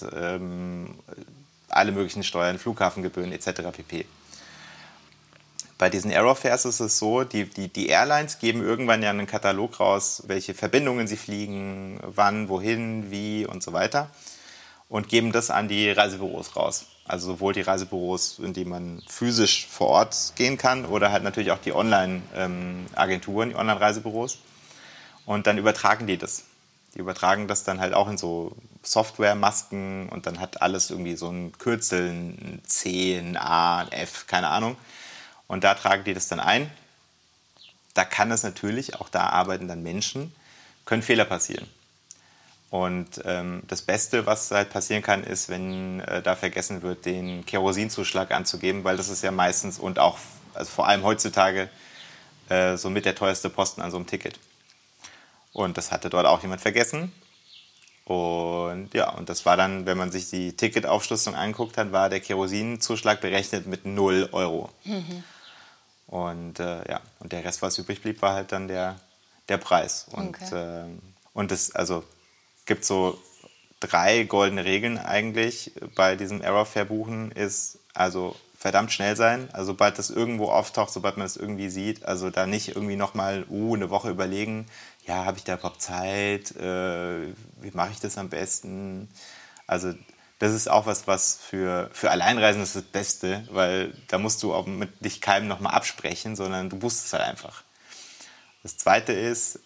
alle möglichen Steuern, Flughafengebühren etc. pp. Bei diesen Aerofares ist es so, die Airlines geben irgendwann ja einen Katalog raus, welche Verbindungen sie fliegen, wann, wohin, wie und so weiter und geben das an die Reisebüros raus. Also sowohl die Reisebüros, in die man physisch vor Ort gehen kann oder halt natürlich auch die Online-Agenturen, die Online-Reisebüros und dann übertragen die das. Die übertragen das dann halt auch in so Software-Masken und dann hat alles irgendwie so ein Kürzel, ein C, ein A, ein F, keine Ahnung. Und da tragen die das dann ein. Da kann es natürlich, auch da arbeiten dann Menschen, können Fehler passieren. Und das Beste, was halt passieren kann, ist, wenn da vergessen wird, den Kerosinzuschlag anzugeben, weil das ist ja meistens und auch, also vor allem heutzutage, so mit der teuerste Posten an so einem Ticket. Und das hatte dort auch jemand vergessen. Und ja, und das war dann, wenn man sich die Ticketaufschlüsselung angeguckt hat, war der Kerosinzuschlag berechnet mit 0 €. Und ja, und der Rest, was übrig blieb, war halt dann der Preis. Und, okay. Und es gibt so 3 goldene Regeln eigentlich bei diesem Aerofare-Buchen, ist also verdammt schnell sein. Also sobald das irgendwo auftaucht, sobald man es irgendwie sieht, also da nicht irgendwie nochmal eine Woche überlegen, ja, habe ich da überhaupt Zeit, wie mache ich das am besten? Also Das ist auch was für Alleinreisende ist das Beste, weil da musst du auch mit dich keinem nochmal absprechen, sondern du buchst es halt einfach. Das Zweite ist,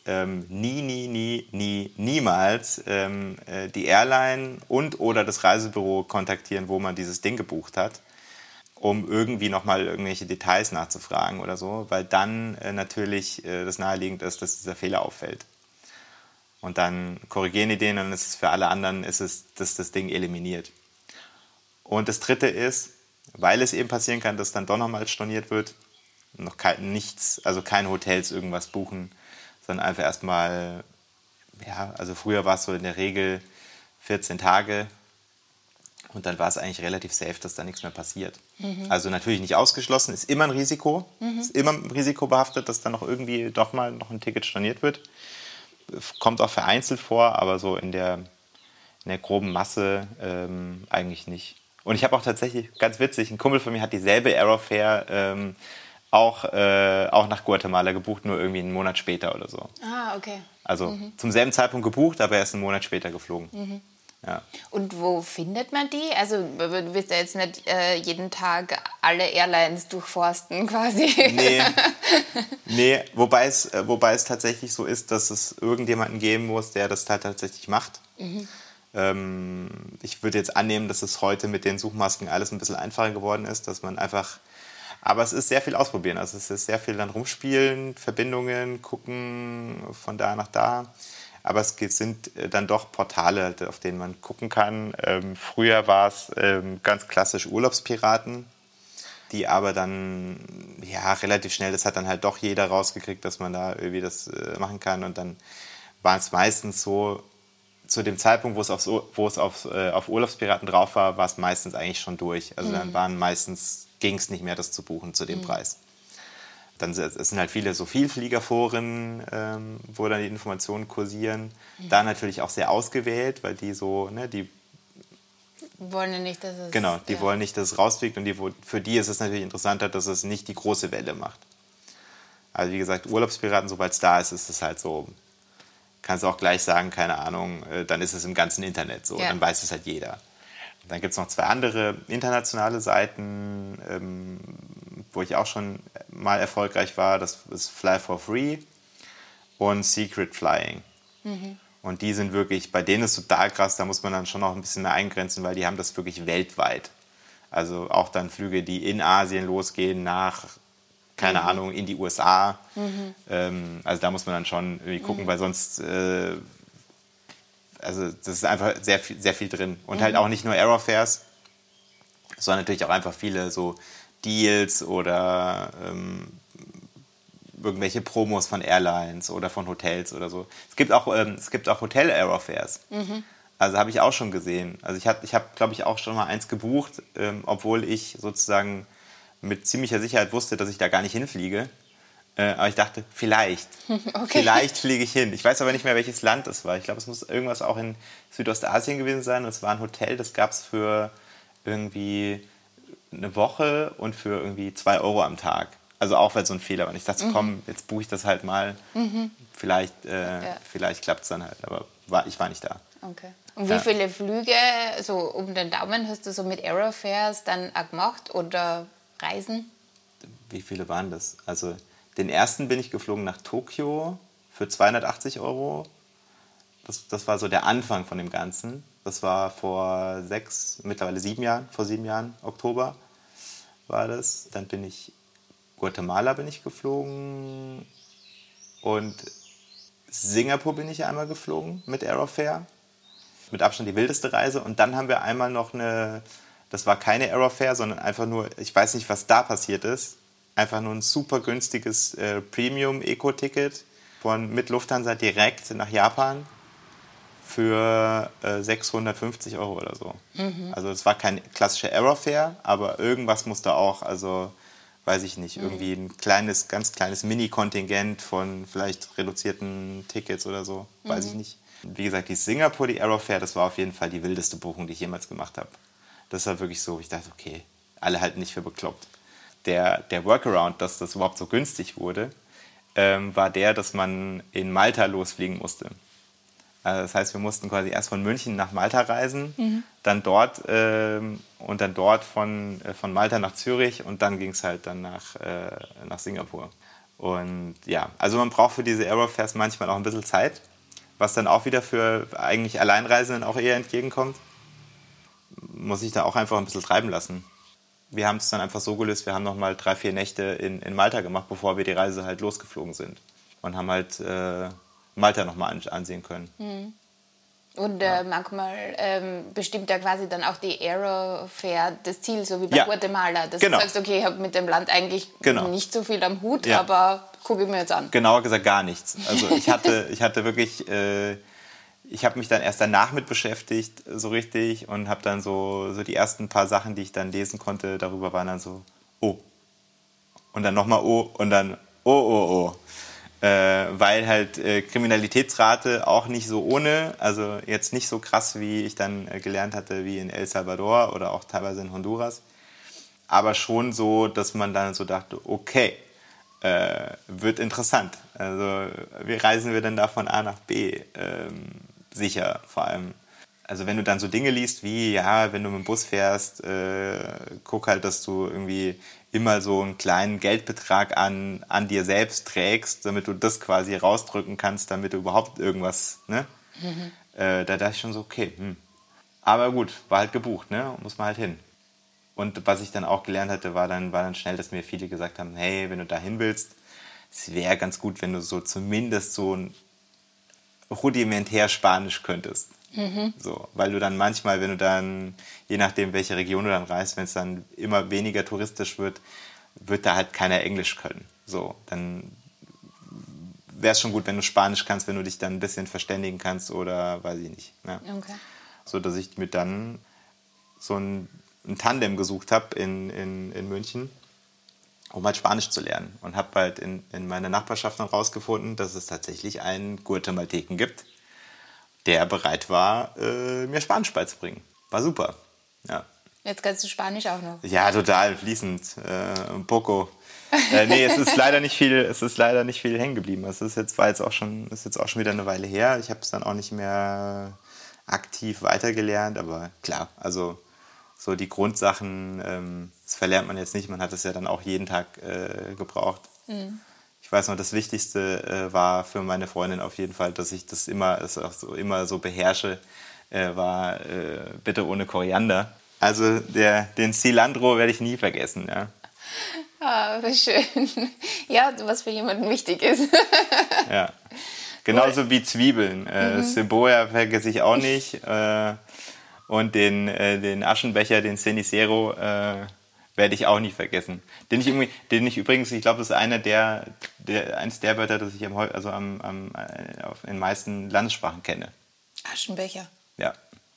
niemals die Airline oder das Reisebüro kontaktieren, wo man dieses Ding gebucht hat, um irgendwie nochmal irgendwelche Details nachzufragen oder so, weil dann natürlich das naheliegend ist, dass dieser Fehler auffällt. Und dann korrigieren die den und ist es für alle anderen, dass das Ding eliminiert. Und das Dritte ist, weil es eben passieren kann, dass dann doch nochmal storniert wird, noch keine Hotels irgendwas buchen, sondern einfach erstmal, also früher war es so in der Regel 14 Tage und dann war es eigentlich relativ safe, dass da nichts mehr passiert. Also natürlich nicht ausgeschlossen, ist immer ein Risiko, ist immer ein Risiko behaftet, dass dann noch irgendwie doch mal noch ein Ticket storniert wird. Kommt auch vereinzelt vor, aber so in der groben Masse eigentlich nicht. Und ich habe auch tatsächlich, ganz witzig, ein Kumpel von mir hat dieselbe Aerofare auch nach Guatemala gebucht, nur irgendwie einen Monat später oder so. Ah, okay. Also zum selben Zeitpunkt gebucht, aber erst einen Monat später geflogen. Ja. Und wo findet man die? Also du wirst ja jetzt nicht jeden Tag alle Airlines durchforsten quasi. Nee, wobei es tatsächlich so ist, dass es irgendjemanden geben muss, der das halt tatsächlich macht. Ich würde jetzt annehmen, dass es heute mit den Suchmasken alles ein bisschen einfacher geworden ist, dass man einfach... Aber es ist sehr viel ausprobieren, also es ist sehr viel dann rumspielen, Verbindungen, gucken von da nach da. Aber es sind dann doch Portale, auf denen man gucken kann. Früher war es ganz klassisch Urlaubspiraten, die aber dann relativ schnell, das hat dann halt doch jeder rausgekriegt, dass man da irgendwie das machen kann. Und dann war es meistens so, zu dem Zeitpunkt, wo es auf Urlaubspiraten drauf war, war es meistens eigentlich schon durch. Also dann ging es nicht mehr, das zu buchen zu dem Preis. Dann es sind halt viele so Vielfliegerforen, wo dann die Informationen kursieren. Da natürlich auch sehr ausgewählt, weil die so, die wollen ja nicht, dass es... Genau, die wollen nicht, dass es rausfliegt und für die ist es natürlich interessanter, dass es nicht die große Welle macht. Also wie gesagt, Urlaubspiraten, sobald es da ist, ist es halt so, kannst du auch gleich sagen, keine Ahnung, dann ist es im ganzen Internet so, dann weiß es halt jeder. Dann gibt es noch 2 andere internationale Seiten, wo ich auch schon mal erfolgreich war. Das ist Fly for Free und Secret Flying. Und die sind wirklich, bei denen ist es total krass, da muss man dann schon noch ein bisschen mehr eingrenzen, weil die haben das wirklich weltweit. Also auch dann Flüge, die in Asien losgehen, nach, keine Ahnung, in die USA. Also da muss man dann schon irgendwie gucken, weil sonst... Also das ist einfach sehr viel drin. Und halt auch nicht nur Aerofares, sondern natürlich auch einfach viele so Deals oder irgendwelche Promos von Airlines oder von Hotels oder so. Es gibt auch Hotel-Aerofares. Also habe ich auch schon gesehen. Also ich habe, glaube ich, auch schon mal eins gebucht, obwohl ich sozusagen mit ziemlicher Sicherheit wusste, dass ich da gar nicht hinfliege. Aber ich dachte, vielleicht fliege ich hin. Ich weiß aber nicht mehr, welches Land es war. Ich glaube, es muss irgendwas auch in Südostasien gewesen sein. Und es war ein Hotel, das gab es für irgendwie eine Woche und für irgendwie 2 Euro am Tag. Also auch, weil so ein Fehler war. Und ich dachte, komm, jetzt buche ich das halt mal. Vielleicht klappt es dann halt. Aber ich war nicht da. Okay. Und wie viele Flüge, so um den Daumen, hast du so mit Aerofares dann auch gemacht oder Reisen? Wie viele waren das? Also den ersten bin ich geflogen nach Tokio für 280 Euro. Das war so der Anfang von dem Ganzen. Das war vor 7 Jahren, Oktober war das. Dann Guatemala bin ich geflogen und Singapur bin ich einmal geflogen mit Aerofare. Mit Abstand die wildeste Reise. Und dann haben wir einmal noch das war keine Aerofare, sondern einfach nur, ich weiß nicht, was da passiert ist, einfach nur ein super günstiges Premium-Eco-Ticket mit Lufthansa direkt nach Japan für 650 Euro oder so. Also es war kein klassischer Aerofare, aber irgendwas musste auch, also weiß ich nicht, irgendwie ein ganz kleines Mini-Kontingent von vielleicht reduzierten Tickets oder so, weiß ich nicht. Wie gesagt, die Aerofare, das war auf jeden Fall die wildeste Buchung, die ich jemals gemacht habe. Das war wirklich so, ich dachte, okay, alle halten nicht für bekloppt. Der Workaround, dass das überhaupt so günstig wurde, war dass man in Malta losfliegen musste. Das heißt, wir mussten quasi erst von München nach Malta reisen, dann dort und dann dort von Malta nach Zürich und dann ging es halt dann nach Singapur. Und ja, also man braucht für diese Aerofairs manchmal auch ein bisschen Zeit, was dann auch wieder für eigentlich Alleinreisenden auch eher entgegenkommt. Muss ich da auch einfach ein bisschen treiben lassen. Wir haben es dann einfach so gelöst, wir haben nochmal 3-4 Nächte in Malta gemacht, bevor wir die Reise halt losgeflogen sind. Und haben halt Malta nochmal ansehen können. Und manchmal bestimmt ja quasi dann auch die Aerofair das Ziel, so wie bei Guatemala. Dass du sagst, okay, ich habe mit dem Land eigentlich nicht so viel am Hut, aber gucke ich mir jetzt an. Genauer gesagt gar nichts. Also ich hatte wirklich, ich habe mich dann erst danach mit beschäftigt, so richtig, und habe dann so die ersten paar Sachen, die ich dann lesen konnte, darüber waren dann so, oh. Und dann nochmal oh und dann oh. Weil halt Kriminalitätsrate auch nicht so ohne, also jetzt nicht so krass, wie ich dann gelernt hatte, wie in El Salvador oder auch teilweise in Honduras, aber schon so, dass man dann so dachte, okay, wird interessant. Also wie reisen wir denn da von A nach B? Sicher, vor allem. Also wenn du dann so Dinge liest wie, ja, wenn du mit dem Bus fährst, guck halt, dass du irgendwie immer so einen kleinen Geldbetrag an dir selbst trägst, damit du das quasi rausdrücken kannst, damit du überhaupt irgendwas, ne? Da dachte ich schon so, okay, Aber gut, war halt gebucht, ne? Muss man halt hin. Und was ich dann auch gelernt hatte, war dann schnell, dass mir viele gesagt haben, hey, wenn du da hin willst, es wäre ganz gut, wenn du so zumindest so ein rudimentär Spanisch könntest. So, weil du dann manchmal, wenn du dann, je nachdem, welche Region du dann reist, wenn es dann immer weniger touristisch wird da halt keiner Englisch können. So, dann wäre es schon gut, wenn du Spanisch kannst, wenn du dich dann ein bisschen verständigen kannst oder weiß ich nicht. Ja. Okay. So, dass ich mir dann so ein Tandem gesucht habe in München, um halt Spanisch zu lernen. Und habe halt in meiner Nachbarschaft dann rausgefunden, dass es tatsächlich einen Guatemalteken gibt, der bereit war, mir Spanisch beizubringen. War super. Ja. Jetzt kannst du Spanisch auch noch. Ja, total, fließend. Un poco. Nee, es ist leider nicht viel hängen geblieben. Es ist jetzt auch schon wieder eine Weile her. Ich habe es dann auch nicht mehr aktiv weitergelernt, aber klar, also so die Grundsachen, das verlernt man jetzt nicht. Man hat es ja dann auch jeden Tag gebraucht. Ich weiß noch, das Wichtigste war für meine Freundin auf jeden Fall, dass ich das immer so beherrsche, war bitte ohne Koriander. Also den Cilantro werde ich nie vergessen. Ja. Ah, wie schön. Ja, was für jemanden wichtig ist. Ja, genauso wie Zwiebeln. Cebolla vergesse ich auch nicht. Und den Aschenbecher, den Cenicero, werde ich auch nicht vergessen. Den ich übrigens, ich glaube, das ist eines der Wörter, das ich in den meisten Landessprachen kenne. Aschenbecher. Ja.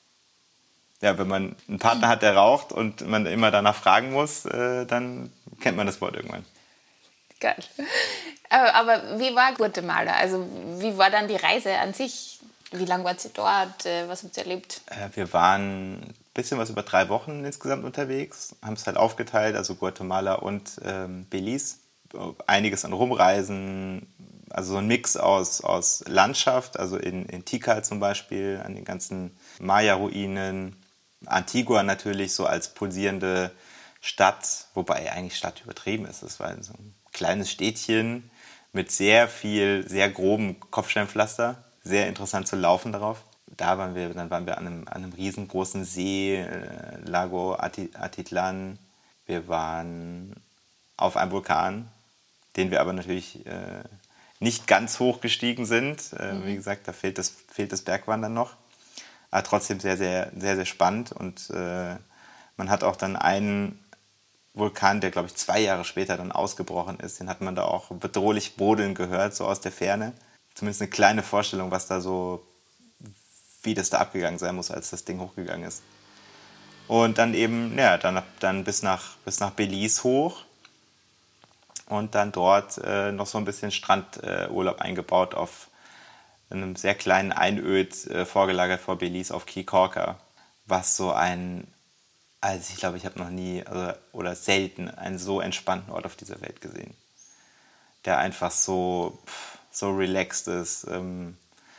Ja, wenn man einen Partner hat, der raucht und man immer danach fragen muss, dann kennt man das Wort irgendwann. Geil. Aber wie war Guatemala? Also wie war dann die Reise an sich? Wie lange wart ihr dort? Was habt ihr erlebt? Wir waren ein bisschen was über 3 Wochen insgesamt unterwegs, haben es halt aufgeteilt, also Guatemala und Belize. Einiges an Rumreisen, also so ein Mix aus Landschaft, also in Tikal zum Beispiel, an den ganzen Maya-Ruinen. Antigua natürlich so als pulsierende Stadt, wobei eigentlich Stadt übertrieben ist. Es war so ein kleines Städtchen mit sehr viel, sehr grobem Kopfsteinpflaster. Sehr interessant zu laufen darauf. Dann waren wir an einem riesengroßen See, Lago Atitlan. Wir waren auf einem Vulkan, den wir aber natürlich nicht ganz hoch gestiegen sind. Wie gesagt, da fehlt das Bergwandern noch. Aber trotzdem sehr, sehr, sehr, sehr spannend. Und man hat auch dann einen Vulkan, der, glaube ich, 2 Jahre später dann ausgebrochen ist, den hat man da auch bedrohlich brodeln gehört, so aus der Ferne. Zumindest eine kleine Vorstellung, wie das da abgegangen sein muss, als das Ding hochgegangen ist. Und dann eben, ja, dann bis nach Belize hoch und dann dort noch so ein bisschen Strandurlaub eingebaut auf einem sehr kleinen Einöd, vorgelagert vor Belize auf Caye Caulker, was so also ich glaube, ich habe noch nie oder selten einen so entspannten Ort auf dieser Welt gesehen, der einfach so relaxed ist. Du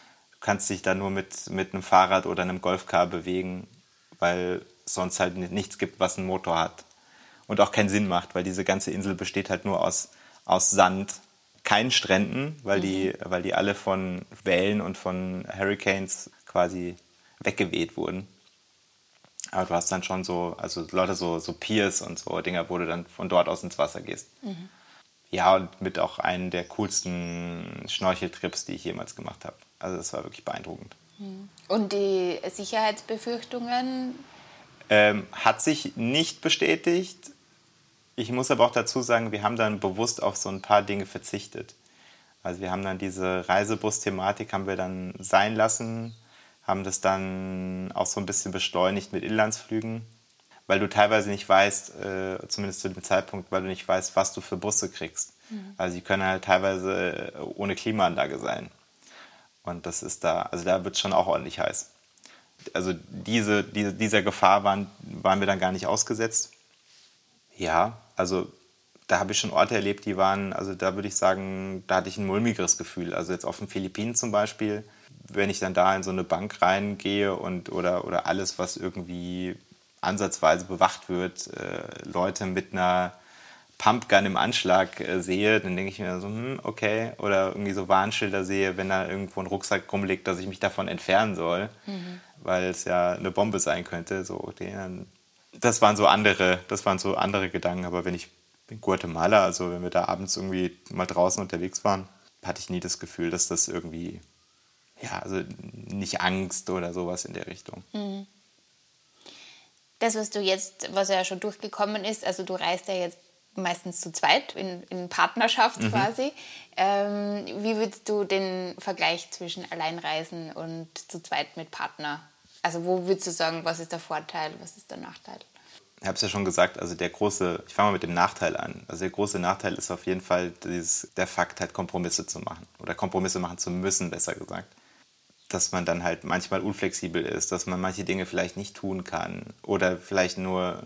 kannst dich da nur mit einem Fahrrad oder einem Golfcar bewegen, weil es sonst halt nichts gibt, was einen Motor hat. Und auch keinen Sinn macht, weil diese ganze Insel besteht halt nur aus Sand. Keinen Stränden, weil die alle von Wellen und von Hurricanes quasi weggeweht wurden. Aber du hast dann schon also Leute so Piers und so Dinger, wo du dann von dort aus ins Wasser gehst. Ja, und mit auch einem der coolsten Schnorcheltrips, die ich jemals gemacht habe. Also das war wirklich beeindruckend. Und die Sicherheitsbefürchtungen? Hat sich nicht bestätigt. Ich muss aber auch dazu sagen, wir haben dann bewusst auf so ein paar Dinge verzichtet. Also wir haben dann diese Reisebus-Thematik haben wir dann sein lassen, haben das dann auch so ein bisschen beschleunigt mit Inlandsflügen, weil du teilweise nicht weißt, zumindest zu dem Zeitpunkt, weil du nicht weißt, was du für Busse kriegst. Also die können halt teilweise ohne Klimaanlage sein. Und das ist also da wird es schon auch ordentlich heiß. Also dieser Gefahr waren wir dann gar nicht ausgesetzt. Ja, also da habe ich schon Orte erlebt, die waren, also da würde ich sagen, da hatte ich ein mulmigeres Gefühl. Also jetzt auf den Philippinen zum Beispiel, wenn ich dann da in so eine Bank reingehe oder alles, was irgendwie ansatzweise bewacht wird, Leute mit einer Pumpgun im Anschlag sehe, dann denke ich mir so, okay. Oder irgendwie so Warnschilder sehe, wenn da irgendwo ein Rucksack rumliegt, dass ich mich davon entfernen soll, weil es ja eine Bombe sein könnte. So, das waren so andere Gedanken. Aber wenn ich in Guatemala, also wenn wir da abends irgendwie mal draußen unterwegs waren, hatte ich nie das Gefühl, dass das irgendwie, ja, also nicht Angst oder sowas in der Richtung. Das, was ja schon durchgekommen ist, also du reist ja jetzt meistens zu zweit, in Partnerschaft quasi. Wie würdest du den Vergleich zwischen Alleinreisen und zu zweit mit Partner, also wo würdest du sagen, was ist der Vorteil, was ist der Nachteil? Ich habe es ja schon gesagt, also ich fange mal mit dem Nachteil an. Also der große Nachteil ist auf jeden Fall der Fakt, halt Kompromisse zu machen oder Kompromisse machen zu müssen, besser gesagt. Dass man dann halt manchmal unflexibel ist, dass man manche Dinge vielleicht nicht tun kann oder vielleicht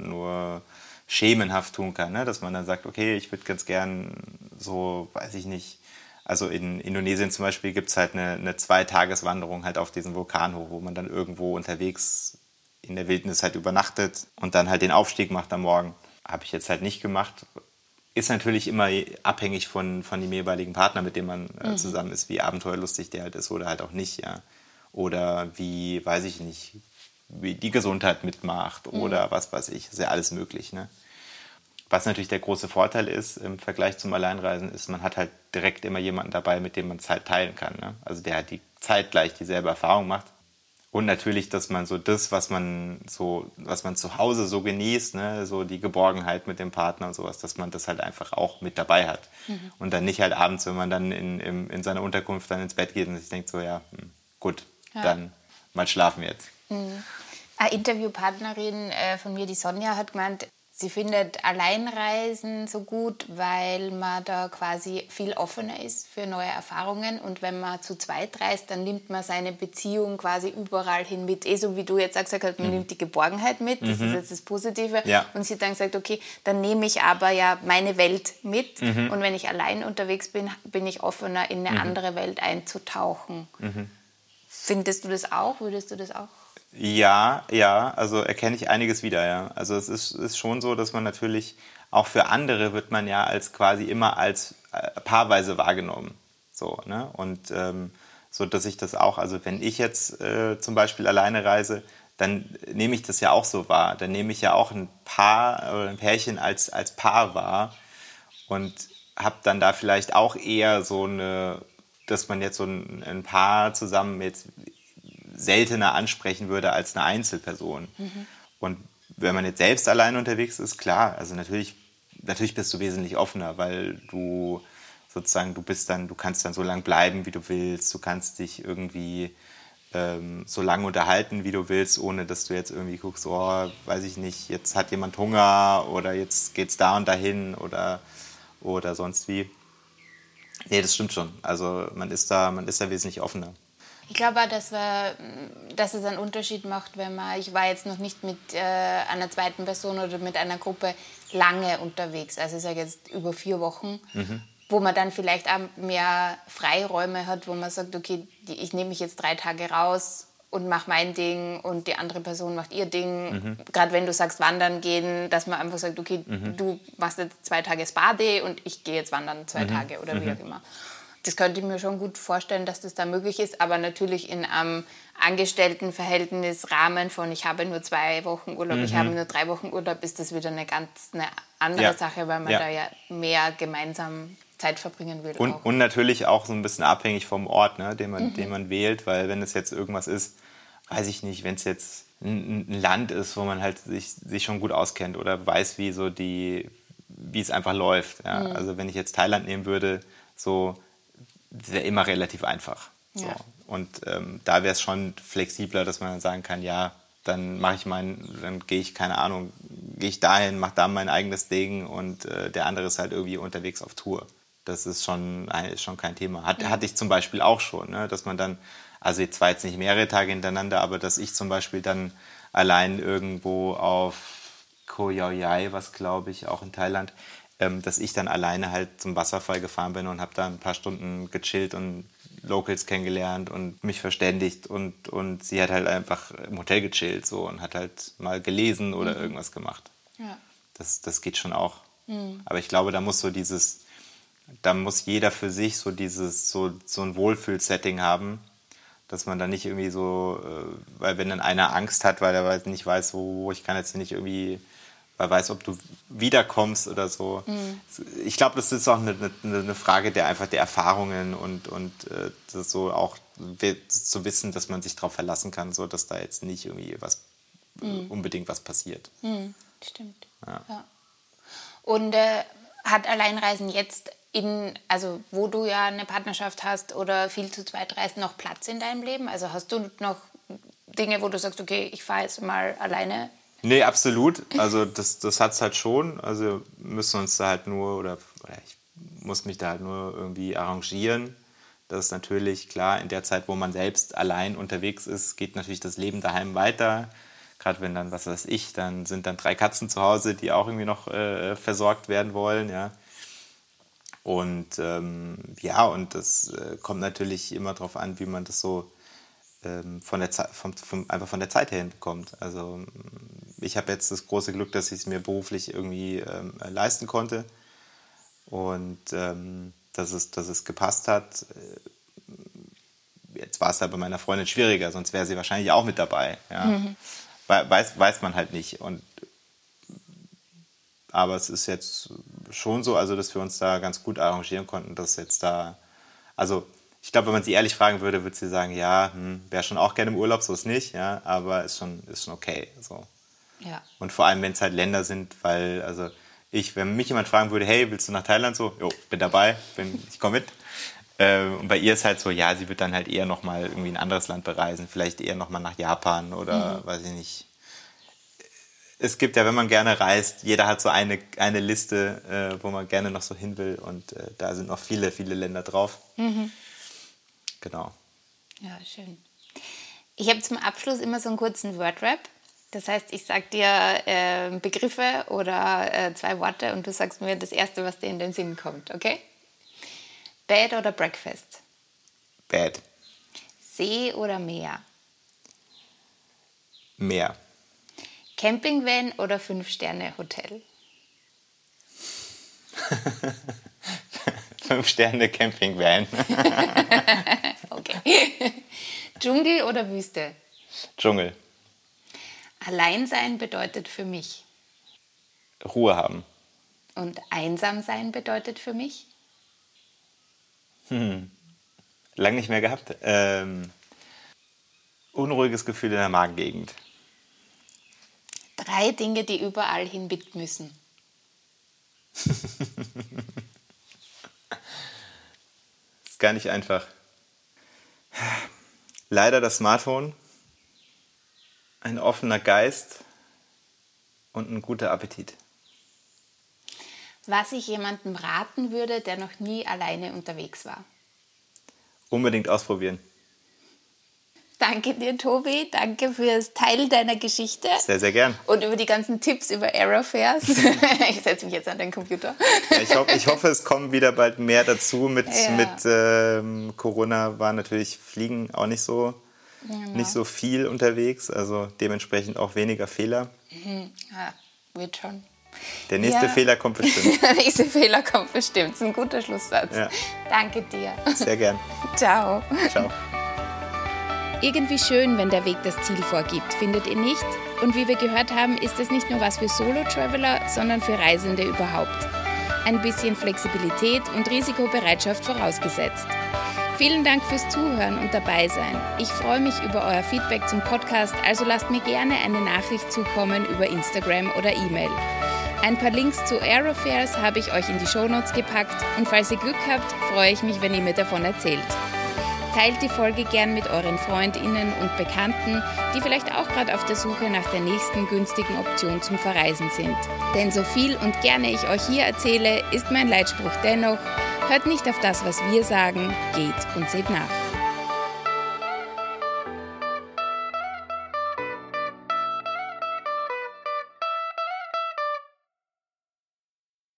nur schemenhaft tun kann, ne? Dass man dann sagt, okay, ich würde ganz gern so, weiß ich nicht, also in Indonesien zum Beispiel gibt es halt eine 2-Tages-Wanderung halt auf diesen Vulkan hoch, wo man dann irgendwo unterwegs in der Wildnis halt übernachtet und dann halt den Aufstieg macht am Morgen. Habe ich jetzt halt nicht gemacht. Ist natürlich immer abhängig von dem jeweiligen Partner, mit dem man zusammen ist, wie abenteuerlustig der halt ist oder halt auch nicht, ja. Oder wie, weiß ich nicht, wie die Gesundheit mitmacht oder was weiß ich. Ist ja alles möglich, ne? Was natürlich der große Vorteil ist im Vergleich zum Alleinreisen, ist, man hat halt direkt immer jemanden dabei, mit dem man es halt teilen kann, ne? Also der halt zeitgleich dieselbe Erfahrung macht. Und natürlich, dass man so das, was man zu Hause so genießt, ne, so die Geborgenheit mit dem Partner und sowas, dass man das halt einfach auch mit dabei hat. Und dann nicht halt abends, wenn man dann in seiner Unterkunft dann ins Bett geht und sich denkt so, ja, gut, dann mal schlafen jetzt. Eine Interviewpartnerin von mir, die Sonja, hat gemeint, sie findet Alleinreisen so gut, weil man da quasi viel offener ist für neue Erfahrungen. Und wenn man zu zweit reist, dann nimmt man seine Beziehung quasi überall hin mit. So wie du jetzt auch gesagt hast, man nimmt die Geborgenheit mit, das ist jetzt das Positive. Ja. Und sie hat dann gesagt, okay, dann nehme ich aber ja meine Welt mit. Und wenn ich allein unterwegs bin, bin ich offener, in eine andere Welt einzutauchen. Findest du das auch? Würdest du das auch? Ja, also erkenne ich einiges wieder, ja. Also es ist schon so, dass man natürlich, auch für andere wird man ja quasi immer als paarweise wahrgenommen. So, ne? Und so, dass ich das auch, also wenn ich jetzt zum Beispiel alleine reise, dann nehme ich das ja auch so wahr. Dann nehme ich ja auch ein Paar oder ein Pärchen als Paar wahr und habe dann da vielleicht auch eher dass man jetzt so ein Paar zusammen jetzt seltener ansprechen würde als eine Einzelperson. Und wenn man jetzt selbst allein unterwegs ist, klar, also natürlich bist du wesentlich offener, weil du sozusagen, du kannst dann so lang bleiben, wie du willst, du kannst dich irgendwie so lange unterhalten, wie du willst, ohne dass du jetzt irgendwie guckst, oh, weiß ich nicht, jetzt hat jemand Hunger oder jetzt geht's da und dahin oder sonst wie. Nee, das stimmt schon. Also man ist da wesentlich offener. Ich glaube auch, dass es einen Unterschied macht, ich war jetzt noch nicht mit einer zweiten Person oder mit einer Gruppe lange unterwegs, also ich sage jetzt über 4 Wochen. wo man dann vielleicht auch mehr Freiräume hat, wo man sagt, okay, ich nehme mich jetzt 3 Tage raus und mache mein Ding und die andere Person macht ihr Ding. Gerade wenn du sagst, wandern gehen, dass man einfach sagt, okay, du machst jetzt 2 Tage Spa-Day und ich gehe jetzt wandern 2 Tage oder wie auch immer. Das könnte ich mir schon gut vorstellen, dass das da möglich ist, aber natürlich in einem Angestelltenverhältnis, Rahmen von ich habe nur 2 Wochen Urlaub, ich habe nur 3 Wochen Urlaub, ist das wieder eine andere Sache, weil man da ja mehr gemeinsam Zeit verbringen will. Und natürlich auch so ein bisschen abhängig vom Ort, ne, den man wählt, weil wenn es jetzt irgendwas ist, weiß ich nicht, wenn es jetzt ein Land ist, wo man halt sich schon gut auskennt oder weiß, wie es einfach läuft. Ja. Also wenn ich jetzt Thailand nehmen würde, so wäre immer relativ einfach. So. Ja. Und da wäre es schon flexibler, dass man dann sagen kann, ja, dann gehe ich, keine Ahnung, gehe ich dahin, mache da mein eigenes Ding und der andere ist halt irgendwie unterwegs auf Tour. Das ist schon kein Thema. Hatte ich zum Beispiel auch schon, ne? Dass man dann, also jetzt zwar jetzt nicht mehrere Tage hintereinander, aber dass ich zum Beispiel dann allein irgendwo auf Koh Yao Yai, was glaube ich auch in Thailand, dass ich dann alleine halt zum Wasserfall gefahren bin und habe da ein paar Stunden gechillt und Locals kennengelernt und mich verständigt und sie hat halt einfach im Hotel gechillt so und hat halt mal gelesen oder irgendwas gemacht. Ja. Das geht schon auch. Aber ich glaube, da muss jeder für sich so ein Wohlfühl-Setting haben, dass man dann nicht irgendwie so, weil wenn dann einer Angst hat, weil er nicht weiß, wo ich kann jetzt hier nicht irgendwie, weil weiß, ob du wiederkommst oder so. Ich glaube, das ist auch eine Frage der Erfahrungen und das so auch zu wissen, dass man sich darauf verlassen kann, so dass da jetzt nicht irgendwie unbedingt was passiert. Stimmt. Ja. Ja. Und hat Alleinreisen jetzt also wo du ja eine Partnerschaft hast oder viel zu zweit reist, noch Platz in deinem Leben? Also hast du noch Dinge, wo du sagst, okay, ich fahre jetzt mal alleine? Nee, absolut. Also das hat es halt schon. Also müssen uns da halt oder ich muss mich da halt nur irgendwie arrangieren. Das ist natürlich klar, in der Zeit, wo man selbst allein unterwegs ist, geht natürlich das Leben daheim weiter. Gerade wenn dann, was weiß ich, dann sind dann 3 Katzen zu Hause, die auch irgendwie noch versorgt werden wollen, ja. Und und das kommt natürlich immer darauf an, wie man das so einfach von der Zeit her hinbekommt. Also ich habe jetzt das große Glück, dass ich es mir beruflich irgendwie leisten konnte und dass es gepasst hat. Jetzt war es halt bei meiner Freundin schwieriger, sonst wäre sie wahrscheinlich auch mit dabei. Ja. Weiß man halt nicht. Aber es ist jetzt schon so, also dass wir uns da ganz gut arrangieren konnten, dass jetzt da, also ich glaube, wenn man sie ehrlich fragen würde, würde sie sagen, ja, wäre schon auch gerne im Urlaub, so ist nicht, ja, aber ist schon okay. So. Ja. Und vor allem, wenn es halt Länder sind, weil, also wenn mich jemand fragen würde, hey, willst du nach Thailand? So, jo, bin dabei, ich komme mit. Und bei ihr ist halt so, ja, sie wird dann halt eher nochmal irgendwie ein anderes Land bereisen, vielleicht eher nochmal nach Japan oder weiß ich nicht. Es gibt ja, wenn man gerne reist, jeder hat so eine Liste, wo man gerne noch so hin will und da sind noch viele, viele Länder drauf. Genau. Ja, schön. Ich habe zum Abschluss immer so einen kurzen Wordrap. Das heißt, ich sage dir Begriffe oder 2 Worte und du sagst mir das Erste, was dir in den Sinn kommt, okay? Bed oder Breakfast? Bed. See oder Meer? Meer. Campingvan oder 5-Sterne-Hotel? 5-Sterne Campingvan. Okay. Dschungel oder Wüste? Dschungel. Alleinsein bedeutet für mich. Ruhe haben. Und einsam sein bedeutet für mich? Lang nicht mehr gehabt. Unruhiges Gefühl in der Magengegend. 3 Dinge, die überall hin mit müssen. Ist gar nicht einfach. Leider das Smartphone, ein offener Geist und ein guter Appetit. Was ich jemandem raten würde, der noch nie alleine unterwegs war. Unbedingt ausprobieren. Danke dir, Tobi. Danke fürs Teilen deiner Geschichte. Sehr, sehr gern. Und über die ganzen Tipps über Aerofares. Ich setze mich jetzt an den Computer. Ja, ich hoffe, es kommen wieder bald mehr dazu. Mit Corona war natürlich Fliegen auch nicht so viel unterwegs. Also dementsprechend auch weniger Fehler. Ja, wird schon. Der nächste Fehler kommt bestimmt. Der nächste Fehler kommt bestimmt. Das ist ein guter Schlusssatz. Ja. Danke dir. Sehr gern. Ciao. Ciao. Irgendwie schön, wenn der Weg das Ziel vorgibt, findet ihr nicht? Und wie wir gehört haben, ist es nicht nur was für Solo-Traveler, sondern für Reisende überhaupt. Ein bisschen Flexibilität und Risikobereitschaft vorausgesetzt. Vielen Dank fürs Zuhören und dabei sein. Ich freue mich über euer Feedback zum Podcast, also lasst mir gerne eine Nachricht zukommen über Instagram oder E-Mail. Ein paar Links zu Aerofares habe ich euch in die Shownotes gepackt und falls ihr Glück habt, freue ich mich, wenn ihr mir davon erzählt. Teilt die Folge gern mit euren FreundInnen und Bekannten, die vielleicht auch gerade auf der Suche nach der nächsten günstigen Option zum Verreisen sind. Denn so viel und gerne ich euch hier erzähle, ist mein Leitspruch dennoch: Hört nicht auf das, was wir sagen, geht und seht nach.